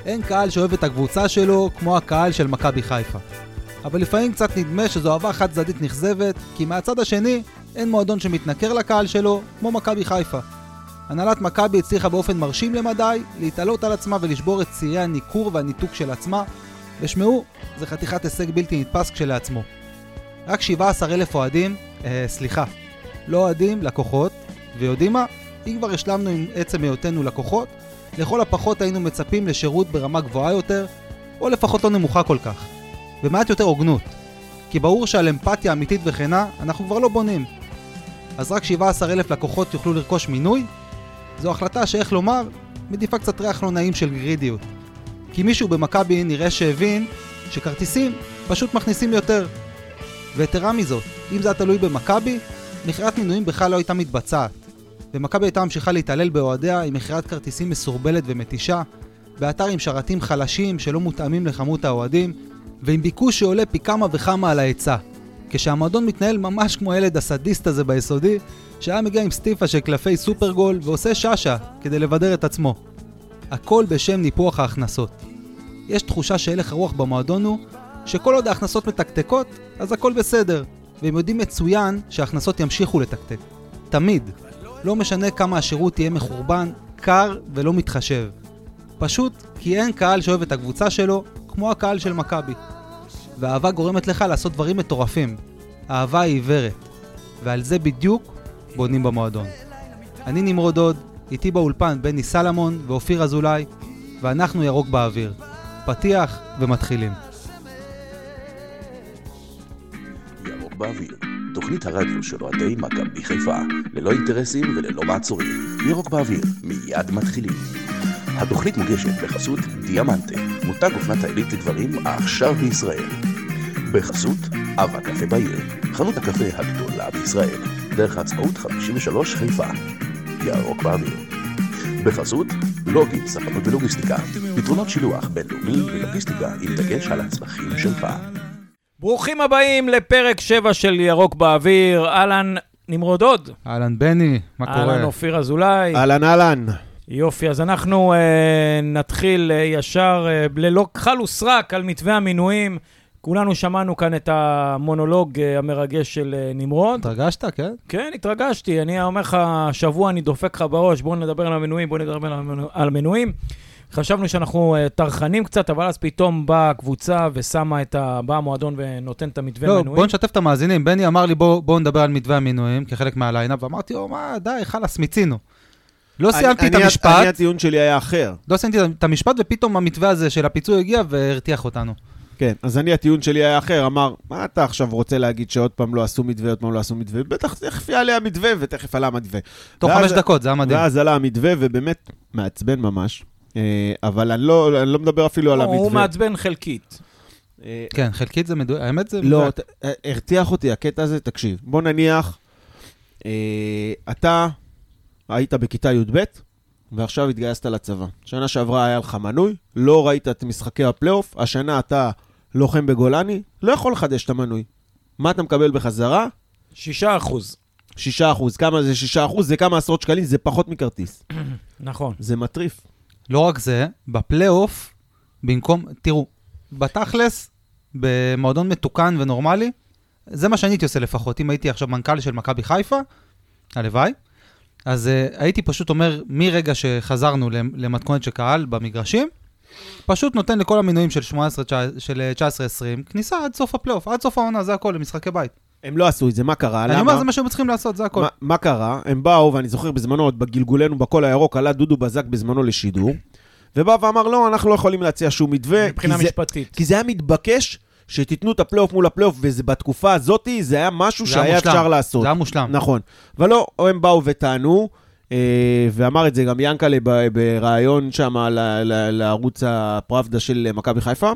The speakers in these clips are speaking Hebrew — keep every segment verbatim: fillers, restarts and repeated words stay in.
אין קהל שאוהב את הקבוצה שלו כמו הקהל של מכבי חיפה. אבל לפעמים קצת נדמה שזו אהבה חד צדדית נכזבת, כי מהצד השני אין מועדון שמתנכר לקהל שלו כמו מכבי חיפה. הנהלת מכבי הצליחה באופן מרשים למדי להתעלות על עצמה ולשבור את צירי הניכור והניתוק של עצמה, ושמעו, זה חתיכת הישג בלתי נתפס כשלעצמו. רק שבעה עשר אלף אוהדים, אה, סליחה, לא אוהדים, לקוחות, ויודעים מה? אם כבר השלמנו עם עצם היותנו לקוחות, לכל הפחות היינו מצפים לשירות ברמה גבוהה יותר, או לפחות לא נמוכה כל כך. ומעט יותר הוגנות, כי ברור שעל אמפתיה אמיתית וכנה אנחנו כבר לא בונים. אז רק שבעה עשר אלף לקוחות יוכלו לרכוש מינוי? זו החלטה שאיך לומר, מדיפה קצת ריח לא נעים של גרידיות. כי מישהו במכבי נראה שהבין שכרטיסים פשוט מכניסים יותר. ויתרה מזאת, אם זה תלוי במכבי, מכירת מינויים בכלל לא הייתה מתבצעת. ומכבי הייתה ממשיכה להתעלל באוהדיה עם מכירת כרטיסים מסורבלת ומתישה, באתר עם שרתים חלשים שלא מותאמים לכמות האוהדים, ועם ביקוש שעולה פי כמה וכמה על ההיצע. כשהמועדון מתנהל ממש כמו הילד הסדיסט הזה ביסודי, שהיה מגיע עם סטיפה של קלפי סופרגול ועושה ששה כדי לבדר את עצמו. הכל בשם ניפוח ההכנסות. יש תחושה שהלך הרוח במועדון הוא שכל עוד ההכנסות מתקתקות, אז הכל בסדר, והם יודעים מצוין שההכנסות ימשיכו לתקתק. תמיד. לא משנה כמה השירות יהיה מחורבן, קר ולא מתחשב. פשוט כי אין קהל שאוהב את הקבוצה שלו כמו הקהל של מכבי. והאהבה גורמת לך לעשות דברים מטורפים. האהבה היא עיוורת. ועל זה בדיוק בונים במועדון. אני נמרוד עוד, איתי באולפן בני סלמון ואופיר אזולאי, ואנחנו ירוק באוויר. פתיח ומתחילים. ירוק באוויר, תוכנית הרדיו של אוהדי מכבי חיפה, ללא אינטרסים וללא מעצורים. ירוק באוויר, מיד מתחילים. התוכנית מוגשת בחסות דיאמנטה, מותג אופנת העילית לגברים עכשיו בישראל. בחסות אבא קפה בעיר, חנות הקפה הגדולה בישראל, דרך העצמאות חמישים ושלוש חיפה. ירוק באוויר. בחסות לוגי, ספנות ולוגיסטיקה, פתרונות שילוח בינלאומי ולוגיסטיקה עם דגש על הצרכים שלך. ברוכים הבאים לפרק שבע של ירוק באוויר. אהלן נמרוד עוד. אהלן בני, מה קורה? אהלן אופיר אזולאי. אהלן אהלן. יופי, אז אנחנו אה, נתחיל אה, ישר אה, ללא כחל וסרק על מתווה המינויים. כולנו שמענו כאן את המונולוג אה, המרגש של אה, נמרוד. התרגשת, כן? כן, התרגשתי. אני אומר לך, שבוע אני דופק לך בראש, בואו נדבר על המינויים, בואו נדבר על המינויים. חשבנו שאנחנו uh, תרחנים קצת, אבל אז פתאום באה הקבוצה ושמה את ה... באה המועדון ונותן את המתווה לא, המינויים. בואו נשתף את המאזינים. בני אמר לי, בואו בוא נדבר על מתווה המינויים כחלק מהליינאפ, ואמרתי, או מה, די, חלס, מיצינו. לא סיימתי את המשפט. אני הטיעון שלי היה אחר. לא סיימתי את המשפט, ופתאום המתווה הזה של הפיצוי הגיע והרתיח אותנו. כן, אז אני הטיעון שלי היה אחר, אמר, מה אתה עכשיו רוצה להגיד שעוד פעם לא עשו מתווה, עוד פעם לא עשו מתווה? בטח תכף יעלה המתווה, ותכף עלה המתווה. תוך חמש דקות, זה היה מדהים. ואז עלה המתווה, ובאמת מעצבן ממש. אבל אני לא, אני לא מדבר אפילו על המתווה. הוא מעצבן חלקית. כן, חלקית זה מדויק. האמת זה... לא, הרתיח אותי הקטע הזה, תקשיב. בוא נניח, אתה היית בכיתה י' ב' ועכשיו התגייסת לצבא. שנה שעברה היה לך מנוי, לא ראית את משחקי הפלייאוף, השנה אתה לוחם בגולני, לא יכול לחדש את המנוי. מה אתה מקבל בחזרה? שישה אחוז. שישה אחוז. כמה זה שישה אחוז? זה כמה עשרות שקלים, זה פחות מכרטיס. נכון. זה מטריף. לא רק זה, בפלייאוף, במקום, תראו, בתכלס, במועדון מתוקן ונורמלי, זה מה שאני הייתי עושה לפחות, אם הייתי עכשיו מנכ"ל של מכבי חיפה, הלוואי, אז uh, הייתי פשוט אומר, מרגע שחזרנו למתכונת של קהל במגרשים, פשוט נותן לכל המינויים של שמונה עשרה, של תשע עשרה עשרים, כניסה עד סוף הפלייאוף, עד סוף העונה, זה הכל, למשחקי בית. הם לא עשו את זה, מה קרה? אני אומר, זה מה שהם צריכים לעשות, זה הכל. מה, מה קרה? הם באו, ואני זוכר בזמנו, בגלגולנו בכל הירוק, עלה דודו בזק בזמנו לשידור, ובא ואמר, לא, אנחנו לא יכולים להציע שום מתווה. מבחינה משפטית. כי זה היה מתבקש שתיתנו את הפלייאוף מול הפלייאוף, וזה בתקופה הזאת, זה היה משהו שהיה אפשר לעשות. זה היה מושלם. נכון. ולא, הם באו וטענו, ואמר את זה גם ינקלה ברעיון שם לערוץ הפראבדה של מכבי חיפה,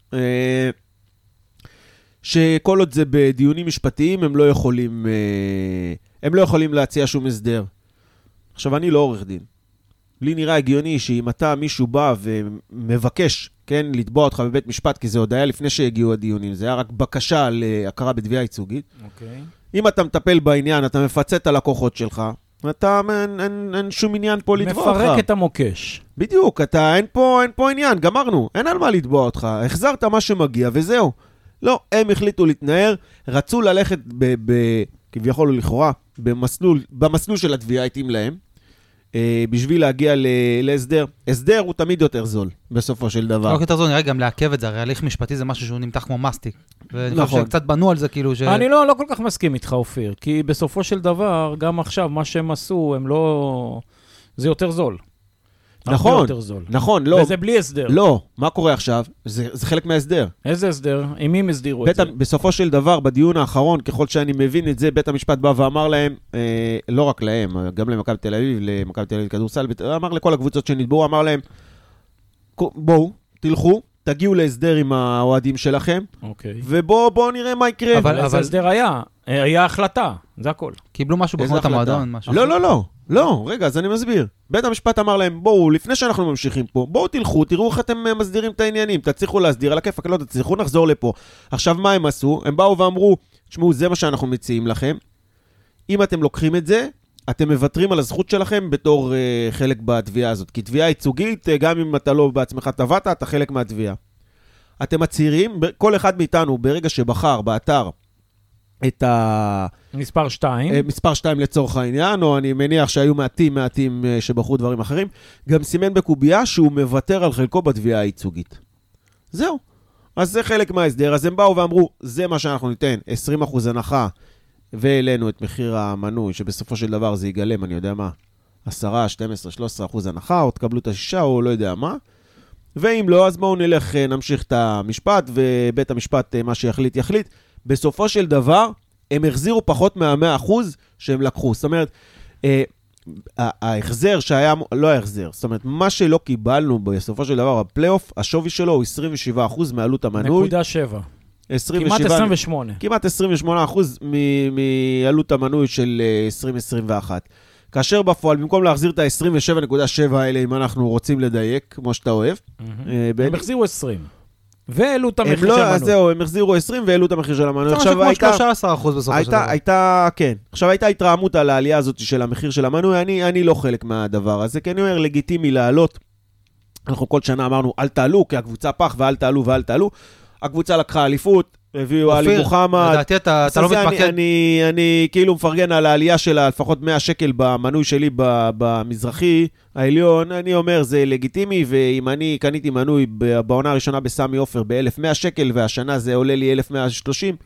שכל עוד זה בדיונים משפטיים, הם לא יכולים, הם לא יכולים להציע שום הסדר. עכשיו, אני לא עורך דין. לי נראה הגיוני שאם אתה מישהו בא ומבקש, כן, לתבוע אותך בבית משפט, כי זה עוד היה לפני שהגיעו הדיונים, זה היה רק בקשה להכרה בתביעה ייצוגית. אוקיי. אם אתה מטפל בעניין, אתה מפצה את הלקוחות שלך, אתה, אין, אין, אין שום עניין פה לתבוע אותך. מפרק את המוקש. בדיוק, אתה, אין פה, אין פה עניין, גמרנו, אין על מה לתבוע אותך, החזרת מה שמגיע וזהו. לא, הם החליטו להתנער, רצו ללכת ב, ב, כביכול או לכאורה, במסלול, במסלול של התביעה התאים להם, אה, בשביל להגיע ל, להסדר. הסדר הוא תמיד יותר זול, בסופו של דבר. לא יותר זול, נראה גם לעכב את זה, הרי הליך משפטי זה משהו שהוא נמתח כמו מסטיק. ואני נכון. חושב שקצת בנו על זה כאילו ש... אני לא, לא כל כך מסכים איתך, אופיר, כי בסופו של דבר, גם עכשיו, מה שהם עשו, הם לא... זה יותר זול. נכון, הרבה יותר זול. נכון, לא. וזה בלי הסדר. לא, מה קורה עכשיו? זה, זה חלק מההסדר. איזה הסדר? עם מי הם הסדירו את בית, זה? בסופו של דבר, בדיון האחרון, ככל שאני מבין את זה, בית המשפט בא ואמר להם, אה, לא רק להם, גם למכבי תל אביב, למכבי תל אביב כדורסל, אמר לכל הקבוצות שנתבעו, אמר להם, בואו, תלכו, תגיעו להסדר עם האוהדים שלכם, אוקיי. ובואו בוא נראה מה יקרה. אבל איזה הסדר היה? היה החלטה, זה הכל. קיבלו משהו איזה בחומת החלטה? המועדון, משהו. לא, לא, לא. לא, רגע, אז אני מסביר. בית המשפט אמר להם, בואו, לפני שאנחנו ממשיכים פה, בואו תלכו, תראו איך אתם מסדירים את העניינים, תצליחו להסדיר על הכיף, לא תצליחו, נחזור לפה. עכשיו, מה הם עשו? הם באו ואמרו, תשמעו, זה מה שאנחנו מציעים לכם. אם אתם לוקחים את זה, אתם מוותרים על הזכות שלכם בתור uh, חלק בתביעה הזאת. כי תביעה ייצוגית, uh, גם אם אתה לא בעצמך טבעת, אתה חלק מהתביעה. אתם מצהירים, כל אחד מאיתנו, ברגע שבחר באתר, את ה... מספר שתיים. מספר שתיים לצורך העניין, או אני מניח שהיו מעטים מעטים שבחרו דברים אחרים, גם סימן בקובייה שהוא מוותר על חלקו בתביעה הייצוגית. זהו. אז זה חלק מההסדר. אז הם באו ואמרו, זה מה שאנחנו ניתן, עשרים אחוז הנחה, ואלינו את מחיר המנוי, שבסופו של דבר זה יגלם, אני יודע מה, עשרה, שתים עשרה, שלוש עשרה אחוז הנחה, או תקבלו את השישה, או לא יודע מה. ואם לא, אז בואו נלך, נמשיך את המשפט, ובית המשפט, מה שיחליט, יחליט. בסופו של דבר, הם החזירו פחות מה-מאה אחוז שהם לקחו. זאת אומרת, אה, ההחזר שהיה, לא ההחזר, זאת אומרת, מה שלא קיבלנו בסופו של דבר, הפלייאוף, השווי שלו הוא עשרים ושבעה אחוז מעלות המנוי. נקודה שבע. עשרים ושבע, כמעט עשרים ושמונה. כמעט עשרים ושמונה אחוז מעלות המנוי של עשרים עשרים ואחת. כאשר בפועל, במקום להחזיר את ה-עשרים ושבע נקודה שבע האלה, אם אנחנו רוצים לדייק, כמו שאתה אוהב. הם החזירו עשרים. והעלו את המחיר של המנוי. אז זהו, הם החזירו עשרים והעלו את המחיר של המנוי. זה משהו כמו שלושה עשר אחוז בסופו של דבר. הייתה, כן. עכשיו הייתה התרעמות על העלייה הזאת של המחיר של המנוי, אני, אני לא חלק מהדבר הזה, כי אני אומר, לגיטימי לעלות. אנחנו כל שנה אמרנו, אל תעלו, כי הקבוצה פח, ואל תעלו ואל תעלו. הקבוצה לקחה אליפות, הביאו עלי מוחמד. לדעתי אתה לא מתמקד. אני, אני כאילו מפרגן על העלייה של לפחות מאה שקל במנוי שלי במזרחי העליון. אני אומר, זה לגיטימי, ואם אני קניתי מנוי בעונה הראשונה בסמי עופר ב-אלף ומאה שקל, והשנה זה עולה לי אלף ומאה ושלושים,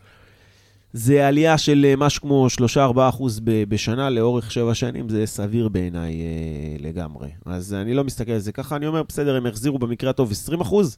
זה עלייה של משהו כמו שלושה עד ארבעה אחוז בשנה לאורך שבע שנים, זה סביר בעיניי אה, לגמרי. אז אני לא מסתכל על זה ככה, אני אומר, בסדר, הם החזירו במקרה הטוב עשרים אחוז,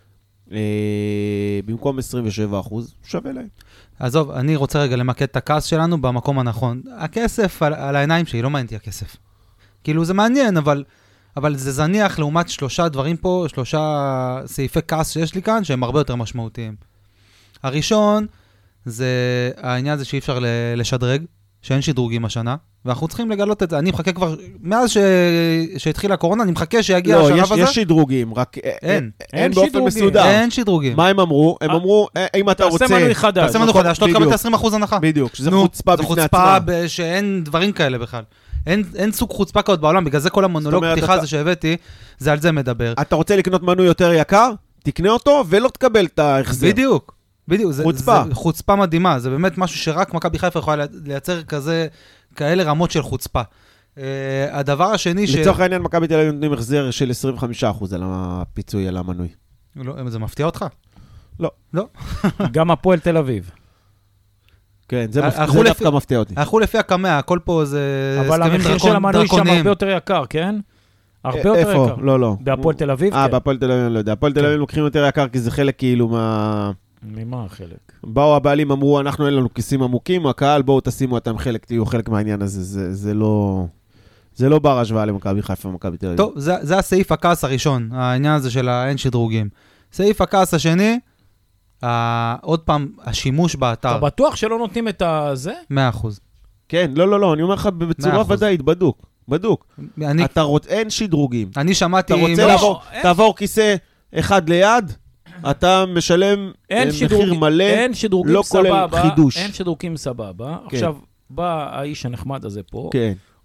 במקום עשרים ושבעה אחוז, שווה להם. עזוב, אני רוצה רגע למקד את הכעס שלנו במקום הנכון. הכסף על, על העיניים שלי, לא מעניין הכסף. כאילו זה מעניין, אבל, אבל זה זניח לעומת שלושה דברים פה, שלושה סעיפי כעס שיש לי כאן, שהם הרבה יותר משמעותיים. הראשון, זה העניין הזה שאי אפשר לשדרג, שאין שדרוגים השנה, ואנחנו צריכים לגלות את זה. אני מחכה כבר, מאז ש... שהתחילה הקורונה, אני מחכה שיגיע לא, השלב יש, הזה. יש שדרוגים, רק אין. אין, אין באופן שדרוגים. מסודר. אין שדרוגים. מה הם אמרו? הם אמרו, אם אתה רוצה... תעשה מנוי חדש. תעשה מנוי חדש, לא תקבל את עשרים אחוז הנחה. בדיוק, שזה נו, חוצפה זה בפני חוצפה עצמה. ב- שאין דברים כאלה בכלל. אין, אין סוג חוצפה כאות בעולם, בגלל זה כל המונולוג פתיחה אתה... הזה שהבאתי, זה על זה מדבר. אתה רוצה לקנות מנוי יותר יקר? תקנה אותו ולא תקבל את ההחזר. בדיוק, בדיוק. זה, חוצפה. זה חוצפה מדהימה, זה באמת משהו שרק מכבי חיפה יכולה לייצר כזה, כאלה רמות של חוצפה. Uh, הדבר השני ש... לצורך העניין, מכבי תל אביב נותנים החזר של עשרים וחמישה אחוז על הפיצוי על המנוי. לא, זה מפתיע אותך? לא. לא? גם הפועל תל אביב. כן, זה, מפ... הלכו זה לפי... דווקא מפתיע אותי. הלכו לפי הקמע, הכל פה זה... אבל המחיר של המנוי שם הרבה יותר יקר, כן? הרבה יותר יקר. איפה? לא, לא. בהפועל תל אביב, אה, כן. בהפועל תל אביב, אני לא יודע. הפועל תל אביב לוקחים יותר יקר, כי זה חלק כאילו מה... ממה החלק? באו הבעלים, אמרו, אנחנו אין לנו כיסים עמוקים, הקהל, בואו תשימו אתם חלק, תהיו חלק מהעניין הזה. זה, זה לא... זה לא בר השוואה למכבי חיפה ומכבי תל אביב. טוב, זה, זה הסעיף הכעס הראשון, העניין הזה של האין שדרוגים. סעיף הכעס השני, ה... עוד פעם, השימוש באתר. אתה בטוח שלא נותנים את הזה? מאה אחוז. כן, לא, לא, לא, אני אומר לך בצורה ודאית, בדוק, בדוק. אני... אתה רוצה, אין שדרוגים. אני שמעתי... אתה רוצה לא, לעבור, אין... תעבור כיסא אחד ליד, אתה משלם מחיר שדרוג... מלא, אין לא כולל סבבה, חידוש. אין שדרוקים סבבה. כן. עכשיו, בא האיש הנחמד הזה פה, כן.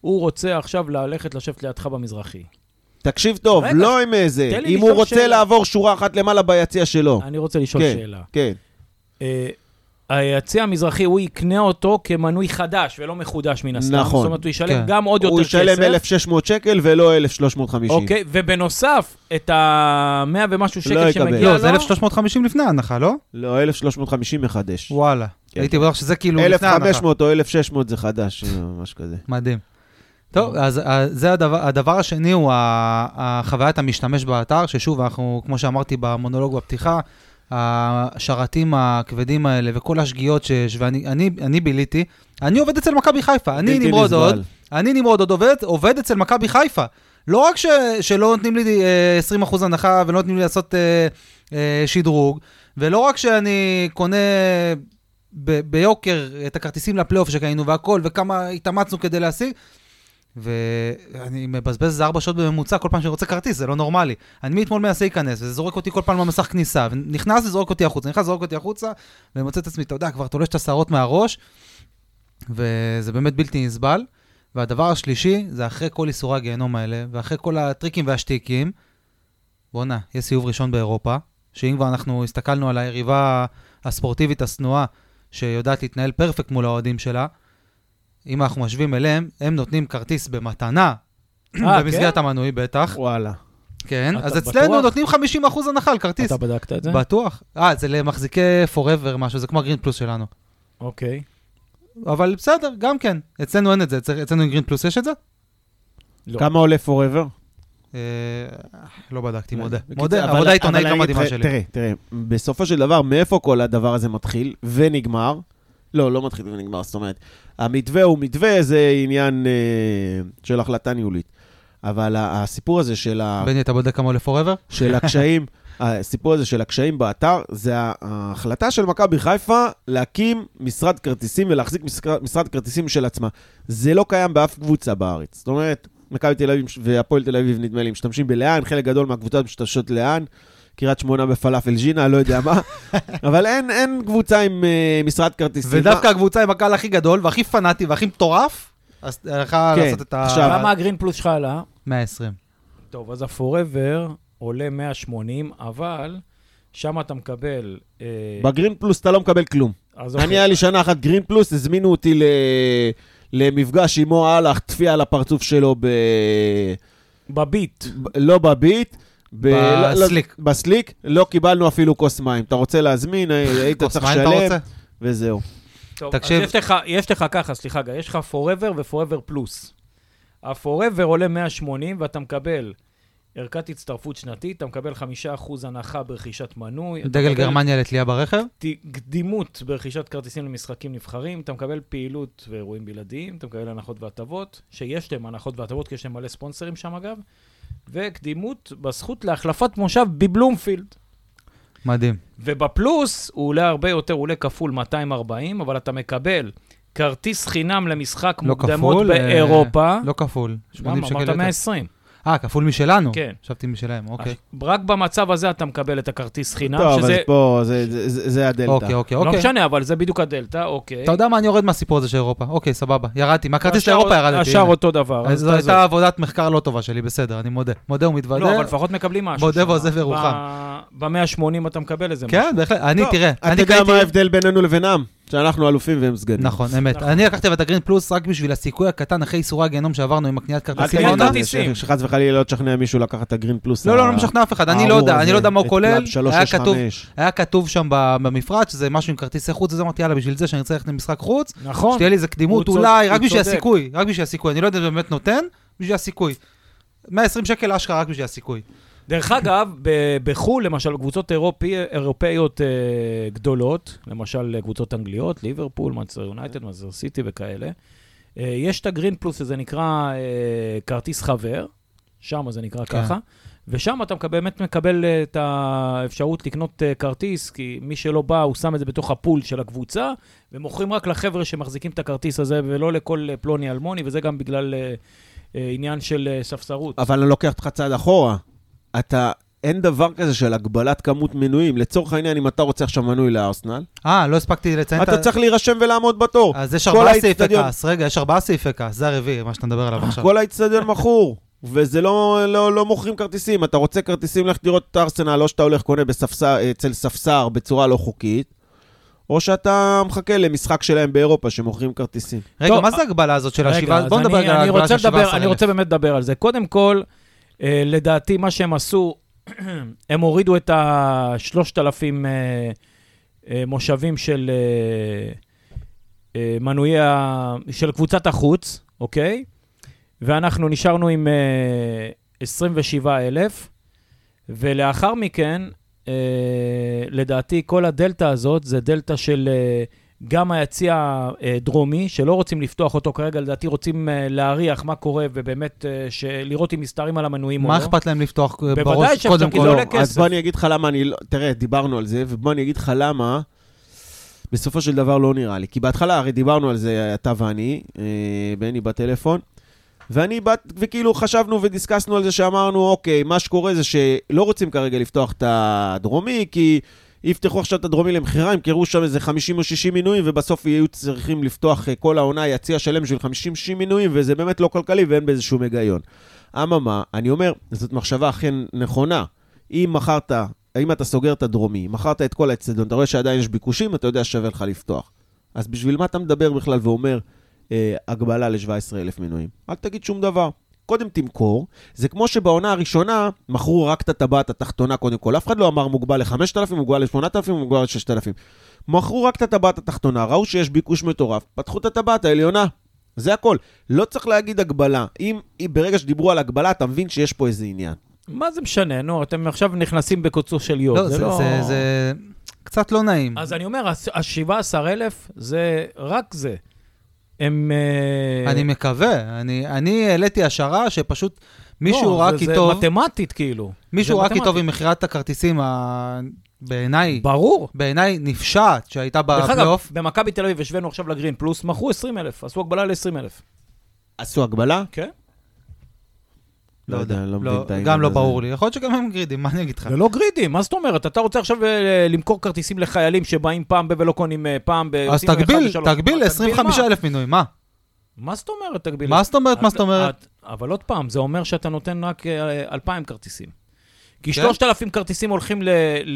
הוא רוצה עכשיו ללכת לשבת לידך במזרחי. תקשיב טוב, רגע, לא עם איזה, תן לי אם הוא לשאול רוצה שאלה. לעבור שורה אחת למעלה ביציע שלו. אני רוצה לשאול כן, שאלה. כן. אה, היציע המזרחי, הוא יקנה אותו כמנוי חדש ולא מחודש מן הסתם. נכון. זאת אומרת, הוא ישלם כן. גם עוד יותר הוא כסף. ישלם אלף ושש מאות שקל ולא אלף ושלוש מאות וחמישים. אוקיי, ובנוסף, את ה-מאה ומשהו לא שקל יקבל. שמגיע לא, לו, זה אלף שלוש מאות וחמישים לפני ההנחה, לא? לא, אלף ושלוש מאות וחמישים מחדש. וואלה. כן. הייתי בטוח שזה כאילו אלף לפני ההנחה. וחמש מאות או אלף ושש מאות זה חדש, ממש כזה. מדהים. טוב, אז אה, זה הדבר, הדבר השני הוא ה- החוויית המשתמש באתר, ששוב, אנחנו, כמו שאמרתי במונולוג בפתיחה, השרתים הכבדים האלה וכל השגיאות שיש, ואני אני, אני ביליתי, אני עובד אצל מכבי חיפה, אני בלתי נמרוד נסבל. עוד, אני נמרוד עוד עובד, עובד אצל מכבי חיפה. לא רק ש, שלא נותנים לי אה, עשרים אחוז הנחה ולא נותנים לי לעשות אה, אה, שדרוג, ולא רק שאני קונה ב, ביוקר את הכרטיסים לפלייאוף שקיינו והכל, וכמה התאמצנו כדי להשיג, ואני מבזבז איזה ארבע שעות בממוצע כל פעם שאני רוצה כרטיס, זה לא נורמלי. אני מאתמול מנסה להיכנס, וזה זורק אותי כל פעם במסך כניסה, ונכנס וזורק אותי החוצה, נכנס וזורק אותי החוצה, ומוצא את עצמי, אתה יודע, כבר תולש את השערות מהראש, וזה באמת בלתי נסבל. והדבר השלישי, זה אחרי כל איסורי הגיהנום האלה, ואחרי כל הטריקים והשטיקים, בוא'נה, יש סיוב ראשון באירופה, שאם כבר אנחנו הסתכלנו על היריבה הספורטיבית הסנועה, שיודעת להתנהל פרפקט מול האוהדים שלה, אם אנחנו משווים אליהם, הם נותנים כרטיס במתנה, אה, במסגרת כן? המנוי בטח. וואלה. כן, אתה אז אצלנו בטוח? נותנים חמישים אחוז הנחה על כרטיס. אתה בדקת את זה? בטוח. אה, זה למחזיקי forever משהו, זה כמו הגרין פלוס שלנו. אוקיי. אבל בסדר, גם כן. אצלנו אין את זה, אצל- אצלנו עם גרין פלוס יש את זה? לא. כמה עולה forever? אה, לא בדקתי, מודה. בקיצור, מודה, אבל- עבודה עיתונאית אבל לא אני מדהימה אגיד לך, שלי. תראה, תראה, בסופו של דבר, מאיפה כל הדבר הזה מתחיל ונגמר? לא, לא מתחיל ונגמר, זאת אומרת, המתווה הוא מתווה, זה עניין אה, של החלטה ניהולית. אבל ה- הסיפור הזה של, ה, בני, אתה בודק כמה עולה forever? של הקשיים, הסיפור הזה של הקשיים באתר, זה ה- ההחלטה של מכבי חיפה להקים משרד כרטיסים ולהחזיק משרד, משרד כרטיסים של עצמה. זה לא קיים באף קבוצה בארץ. זאת אומרת, מכבי תל אביב והפועל תל אביב נדמה לי, משתמשים בלאן, חלק גדול מהקבוצות משתמשות לאן, קריית שמונה בפלאפל ג'ינה, לא יודע מה, אבל אין, אין קבוצה עם uh, משרד כרטיסים. ודווקא הקבוצה עם הקהל הכי גדול והכי פנאטי והכי מטורף, אז הלכה כן, לעשות את ה... עכשיו- כמה הגרין פלוס שלך עלה? מאה ועשרים. טוב, אז ה-Forever עולה מאה ושמונים, אבל שם אתה מקבל... אה, בגרין פלוס אתה לא מקבל כלום. אז אני אוקיי. היה לי שנה אחת גרין פלוס, הזמינו אותי ל... למפגש עם מו הלך, תפייה על הפרצוף שלו ב... בביט. ב... לא בביט, ב... בסליק. לא, בסליק, לא קיבלנו אפילו כוס מים. אתה רוצה להזמין, היית כוס צריך מים אתה לשלם, רוצה? וזהו. טוב, תקשיב. אז יש לך, יש לך ככה, סליחה, גיא, יש לך Forever ו-Forever פלוס. ה-Forever עולה מאה ושמונים, ואתה מקבל ערכת הצטרפות שנתית, אתה מקבל חמישה אחוז הנחה ברכישת מנוי. אתה דגל מקבל גרמניה לתלייה ברכב? ת- קדימות ברכישת כרטיסים למשחקים נבחרים, אתה מקבל פעילות ואירועים בלעדיים, אתה מקבל הנחות והטבות, שיש להם הנחות והטבות, כי יש להם מלא ספונסרים שם אגב, וקדימות בזכות להחלפת מושב בבלומפילד. מדהים. ובפלוס הוא עולה הרבה יותר, הוא עולה כפול מאתיים וארבעים, אבל אתה מקבל כרטיס חינם למשחק לא מוקדמות כפול, באירופה. לא כפול. שמונים למה? שקל אמרת יותר. מאה ועשרים. אה, כפול משלנו? כן. חשבתי משלהם, אוקיי. רק במצב הזה אתה מקבל את הכרטיס חינם, טוב, שזה... אז פה, זה, זה, זה, זה הדלתא. אוקיי, אוקיי, לא אוקיי. משנה, אבל זה בדיוק הדלתא, אוקיי. אתה יודע מה, אני יורד מהסיפור הזה של אירופה. אוקיי, סבבה. ירדתי. מהכרטיס השאר- לאירופה ירדתי. השאר הנה. אותו דבר. אז אז זו תעזוב. הייתה עבודת מחקר לא טובה שלי, בסדר, אני מודה. מודה ומתוודה. לא, אבל לפחות מקבלים משהו. מודה שם. ועוזב ירוחם. ב-מאה ושמונים אתה מקבל איזה משהו. כן, בהחלט. אני, טוב, תראה, אתה אני יודע קניתי... מה ההבדל בינינו לבינם? שאנחנו אלופים והם סגנים. נכון, אמת. נכון. אני לקחתי את הגרין פלוס רק בשביל הסיכוי הקטן אחרי איסורי הגיהנום שעברנו עם הקניית אל כרטיסים. קניית תגיד העונה. את זה, כרטיסים. ש- שחס וחלילה לא תשכנע מישהו לקחת את הגרין פלוס. לא, לא, ה- לא משכנע אף אחד, אני לא הארור יודע, הזה, אני לא יודע מה הוא את כולל. קלאב שלוש היה שש כתוב- חמש. היה כתוב שם ב- במפרט שזה משהו עם כרטיסי חוץ, וזה אמרתי, יאללה, בשביל זה שאני רוצה ללכת למשחק חוץ, נכון. שתהיה לי איזה קדימות הוא צוד- אולי, רק הוא בשביל צודק. הסיכוי, רק בשביל הסיכוי, אני לא יודע אם זה באמת נותן, בשביל הסיכוי. מאה ועשרים שקל אשכרה רק בשביל הסיכוי. דרך אגב, ב- בחו"ל, למשל, קבוצות אירופי, אירופאיות אה, גדולות, למשל קבוצות אנגליות, ליברפול, מנצ'סטר יונייטד, מנצ'סטר סיטי וכאלה, אה, יש את הגרין פלוס, שזה נקרא אה, כרטיס חבר, שם זה נקרא כן. ככה, ושם אתה מקבל- באמת מקבל אה, את האפשרות לקנות אה, כרטיס, כי מי שלא בא, הוא שם את זה בתוך הפול של הקבוצה, ומוכרים רק לחבר'ה שמחזיקים את הכרטיס הזה, ולא לכל אה, פלוני אלמוני, וזה גם בגלל אה, אה, עניין של אה, ספסרות. אבל אני לוקח אותך צעד אחורה. אתה אין דבר כזה של הגבלת כמות מנויים. לצורך העניין, אם אתה רוצה עכשיו מנוי לארסנל, אה, לא הספקתי לציין את ה... אתה צריך להירשם ולעמוד בתור. אז יש ארבעה סעיפי כעס, רגע, יש ארבעה סעיפי כעס, זה הרביעי, מה שאתה מדבר עליו עכשיו. כל האצטדיון מכור, וזה לא, לא, לא מוכרים כרטיסים. אתה רוצה כרטיסים, לך לראות את ארסנל, או שאתה הולך קונה בספסר, אצל ספסר בצורה לא חוקית, או שאתה מחכה למשחק שלהם באירופה שמוכרים כרטיסים. רגע, מה זה הגבלה הזאת של השבעה? בוא נדבר על ההגבלה של שבעה עשר אלף. אני רוצה באמת לדבר על זה. קודם כל, לדעתי, מה שהם עשו, הם הורידו את ה-שלושת אלפים מושבים של מנויי, של קבוצת החוץ, אוקיי? ואנחנו נשארנו עם עשרים ושבעה אלף, ולאחר מכן, לדעתי, כל הדלטה הזאת, זה דלטה של גם היציע דרומי, שלא רוצים לפתוח אותו כרגע, לדעתי רוצים להריח מה קורה, ובאמת לראות אם מסתרים על המנויים או לא. מה אכפת להם לפתוח בראש בוודאי קודם כל? לא, אז בוא אני אגיד לך למה אני, תראה, דיברנו על זה, ובוא אני אגיד לך למה, בסופו של דבר לא נראה לי. כי בהתחלה, הרי דיברנו על זה, אתה ואני, בני בטלפון, ואני בת, וכאילו חשבנו ודיסקסנו על זה שאמרנו, אוקיי, מה שקורה זה שלא רוצים כרגע לפתוח את הדרומי, כי יפתחו עכשיו את הדרומי למחירה, הם קראו שם איזה חמישים או שישים מינויים, ובסוף יהיו צריכים לפתוח כל העונה, יציע שלם של חמישים שישים מינויים, וזה באמת לא כלכלי ואין באיזה שום היגיון. אממה, אני אומר, זאת מחשבה אכן נכונה. אם מחרת, אם אתה סוגר את הדרומי, מחרת את כל האצטדיון, אתה רואה שעדיין יש ביקושים, אתה יודע שווה לך לפתוח. אז בשביל מה אתה מדבר בכלל ואומר, אה, הגבלה ל-שבעה עשר אלף מינויים? אל תגיד שום דבר. קודם תמכור, זה כמו שבעונה הראשונה מכרו רק את הטבעת התחתונה קודם כל, אף אחד לא אמר מוגבל ל-חמשת אלפים, מוגבל ל-שמונת אלפים, מוגבל ל-ששת אלפים. מכרו רק את הטבעת התחתונה, ראו שיש ביקוש מטורף, פתחו את הטבעת העליונה, זה הכל. לא צריך להגיד הגבלה, אם, אם ברגע שדיברו על הגבלה, אתה מבין שיש פה איזה עניין. מה זה משנה? נו, אתם עכשיו נכנסים בקוצו של יוד. לא, זה, זה, לא... זה, זה קצת לא נעים. אז אני אומר, ה-שבעה עשר אלף זה רק זה. הם... אני מקווה, אני, אני העליתי השערה שפשוט מישהו לא, רק זה, איתו... זה מתמטית כאילו. מישהו זה רק מתמטית. איתו עם מחירת הכרטיסים, ה... בעיניי, ברור. בעיניי נפשעת שהייתה דרך אגב, בפלייאוף. במכבי תל אביב השווינו עכשיו לגרין פלוס, מכרו עשרים אלף, עשו הגבלה ל-עשרים אלף. עשו הגבלה? כן. לא יודע, לא לא, מבין את העניין גם לא הזה. ברור לי. יכול להיות שגם הם גרידים, מה אני אגיד לך? זה לא גרידים, מה זאת אומרת? אתה רוצה עכשיו אה, למכור כרטיסים לחיילים שבאים פעם ב- ולא קונים אה, פעם ב... אז עושים אחד תגביל, ושלוש. תגביל מה, ל-עשרים וחמישה אלף מינוי, מה? מה זאת אומרת תגביל? מה זאת אומרת, מה את- זאת אומרת? את- אבל עוד פעם, זה אומר שאתה נותן רק אה, אלפיים כרטיסים. כי כן? שלושת אלפים כרטיסים הולכים ל... ל...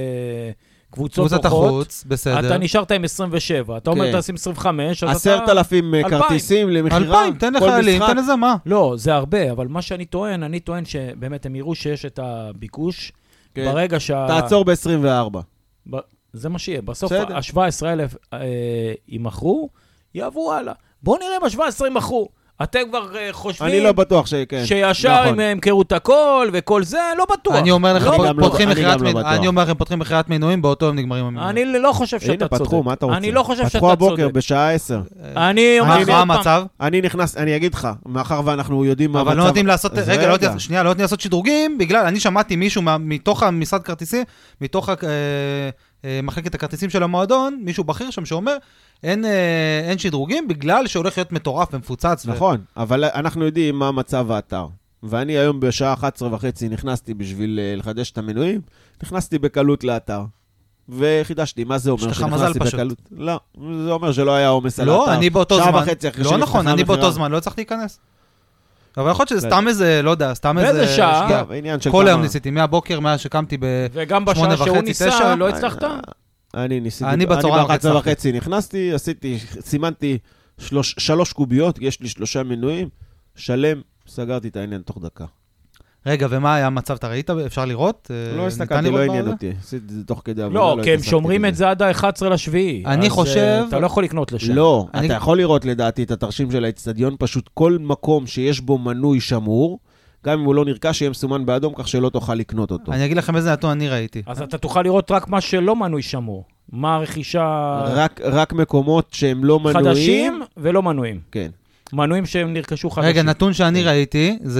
קבוצות קבוצת אורחות, החוץ, בסדר. אתה נשארת עם עשרים ושבע, אתה אומר כן. תשים עשרים וחמש, אז אתה... עשרת אלפים אלפיים. כרטיסים למחירה, אלפיים, תן כל לחיילים, משחק. תן לזה מה? לא, זה הרבה, אבל מה שאני טוען, אני טוען שבאמת הם יראו שיש את הביקוש, כן. ברגע שה... תעצור ב-עשרים וארבע. ב... זה מה שיהיה, בסוף בסדר. ה-שבעה עשר אלף אה, ימכרו, יעברו הלאה. בואו נראה אם ה-שבעה עשר ימכרו. אתם כבר אה, חושבים... אני לא בטוח שכן. שישר נכון. הם ימכרו את הכל וכל זה, לא בטוח. אני אומר לך, לא, פות- גם לא- פותחים אני מחירת גם לא מינויים, בטוח. אני אומר לכם, פותחים מחירת מינויים, באותו הם נגמרים המינויים. אני לא חושב שאתה הנה, צודק. פתחו, מה אתה רוצה? אני לא חושב שאתה פתחו הבוקר צודק. בשעה עשר. אני אומר לך מה עוד פעם, המצב? אני נכנס, אני אגיד לך, מאחר ואנחנו יודעים מה המצב... אבל לא נותנים לעשות, אז רגע, לא נותנים- שנייה, לא נותנים לעשות שדרוגים, בגלל, אני שמעתי מישהו מה- מתוך המשרד כרטיסים, מתוך ה- אה, אה, מחלקת הכרטיסים של המועדון, מישהו בכיר שם שאומר, אין, אה, אין שדרוגים בגלל שהולך להיות מטורף ומפוצץ. ו- נכון, אבל אנחנו יודעים מה מצב האתר. ואני היום בשעה אחת עשרה וחצי נכנסתי בשביל אה, לחדש את המנויים, נכנסתי בקלות לאתר. וחידשתי, מה זה אומר? יש לך שנכנסתי מזל פשוט. בקלות? לא, זה אומר שלא היה עומס על האתר. לא, אני באותו שעה זמן, וחצי אחרי לא שנפתחה נכון, אני באותו המכירה. זמן לא הצלחתי להיכנס. אבל יכול להיות שזה לא סתם איזה, לא יודע, סתם באיזה איזה... שעה? שנייה. טוב, עניין של כל כמה- היום ניסיתי, מהבוקר, מאז שקמתי ב... וגם שמונה בשעה שהוא וחצי, ניסה, תשע? לא הצלחת? אני ניסיתי, אני בצהריים רק ב-אחת עשרה הצלחתי. וחצי נכנסתי, עשיתי, סימנתי שלוש, שלוש קוביות, יש לי שלושה מנויים, שלם, סגרתי את העניין תוך דקה. רגע, ומה היה המצב? אתה ראית? אפשר לראות? אה, לא ניתן הסתכלתי, לראות לא בזה? עניין אותי, עשיתי את זה תוך כדי עבודה. לא, כי הם התעסקתי שומרים בזה. את זה עד ה-אחד עשר לשביעי. אני אז, חושב- אה, אתה לא יכול לקנות לשם. לא, אני- אתה יכול לראות לדעתי את התרשים של האצטדיון, פשוט כל מקום שיש בו מנוי שמור, גם אם הוא לא נרכש, שיהיה מסומן באדום, כך שלא תוכל לקנות אותו. אני אגיד לכם איזה נתון אני ראיתי. אז אתה תוכל לראות רק מה שלא מנוי שמור. מה הרכישה... רק, רק מקומות שהם לא מנויים. חדשים ולא מנויים. כן. מנויים שהם נרכשו חדשים. רגע, נתון שאני ראיתי, זה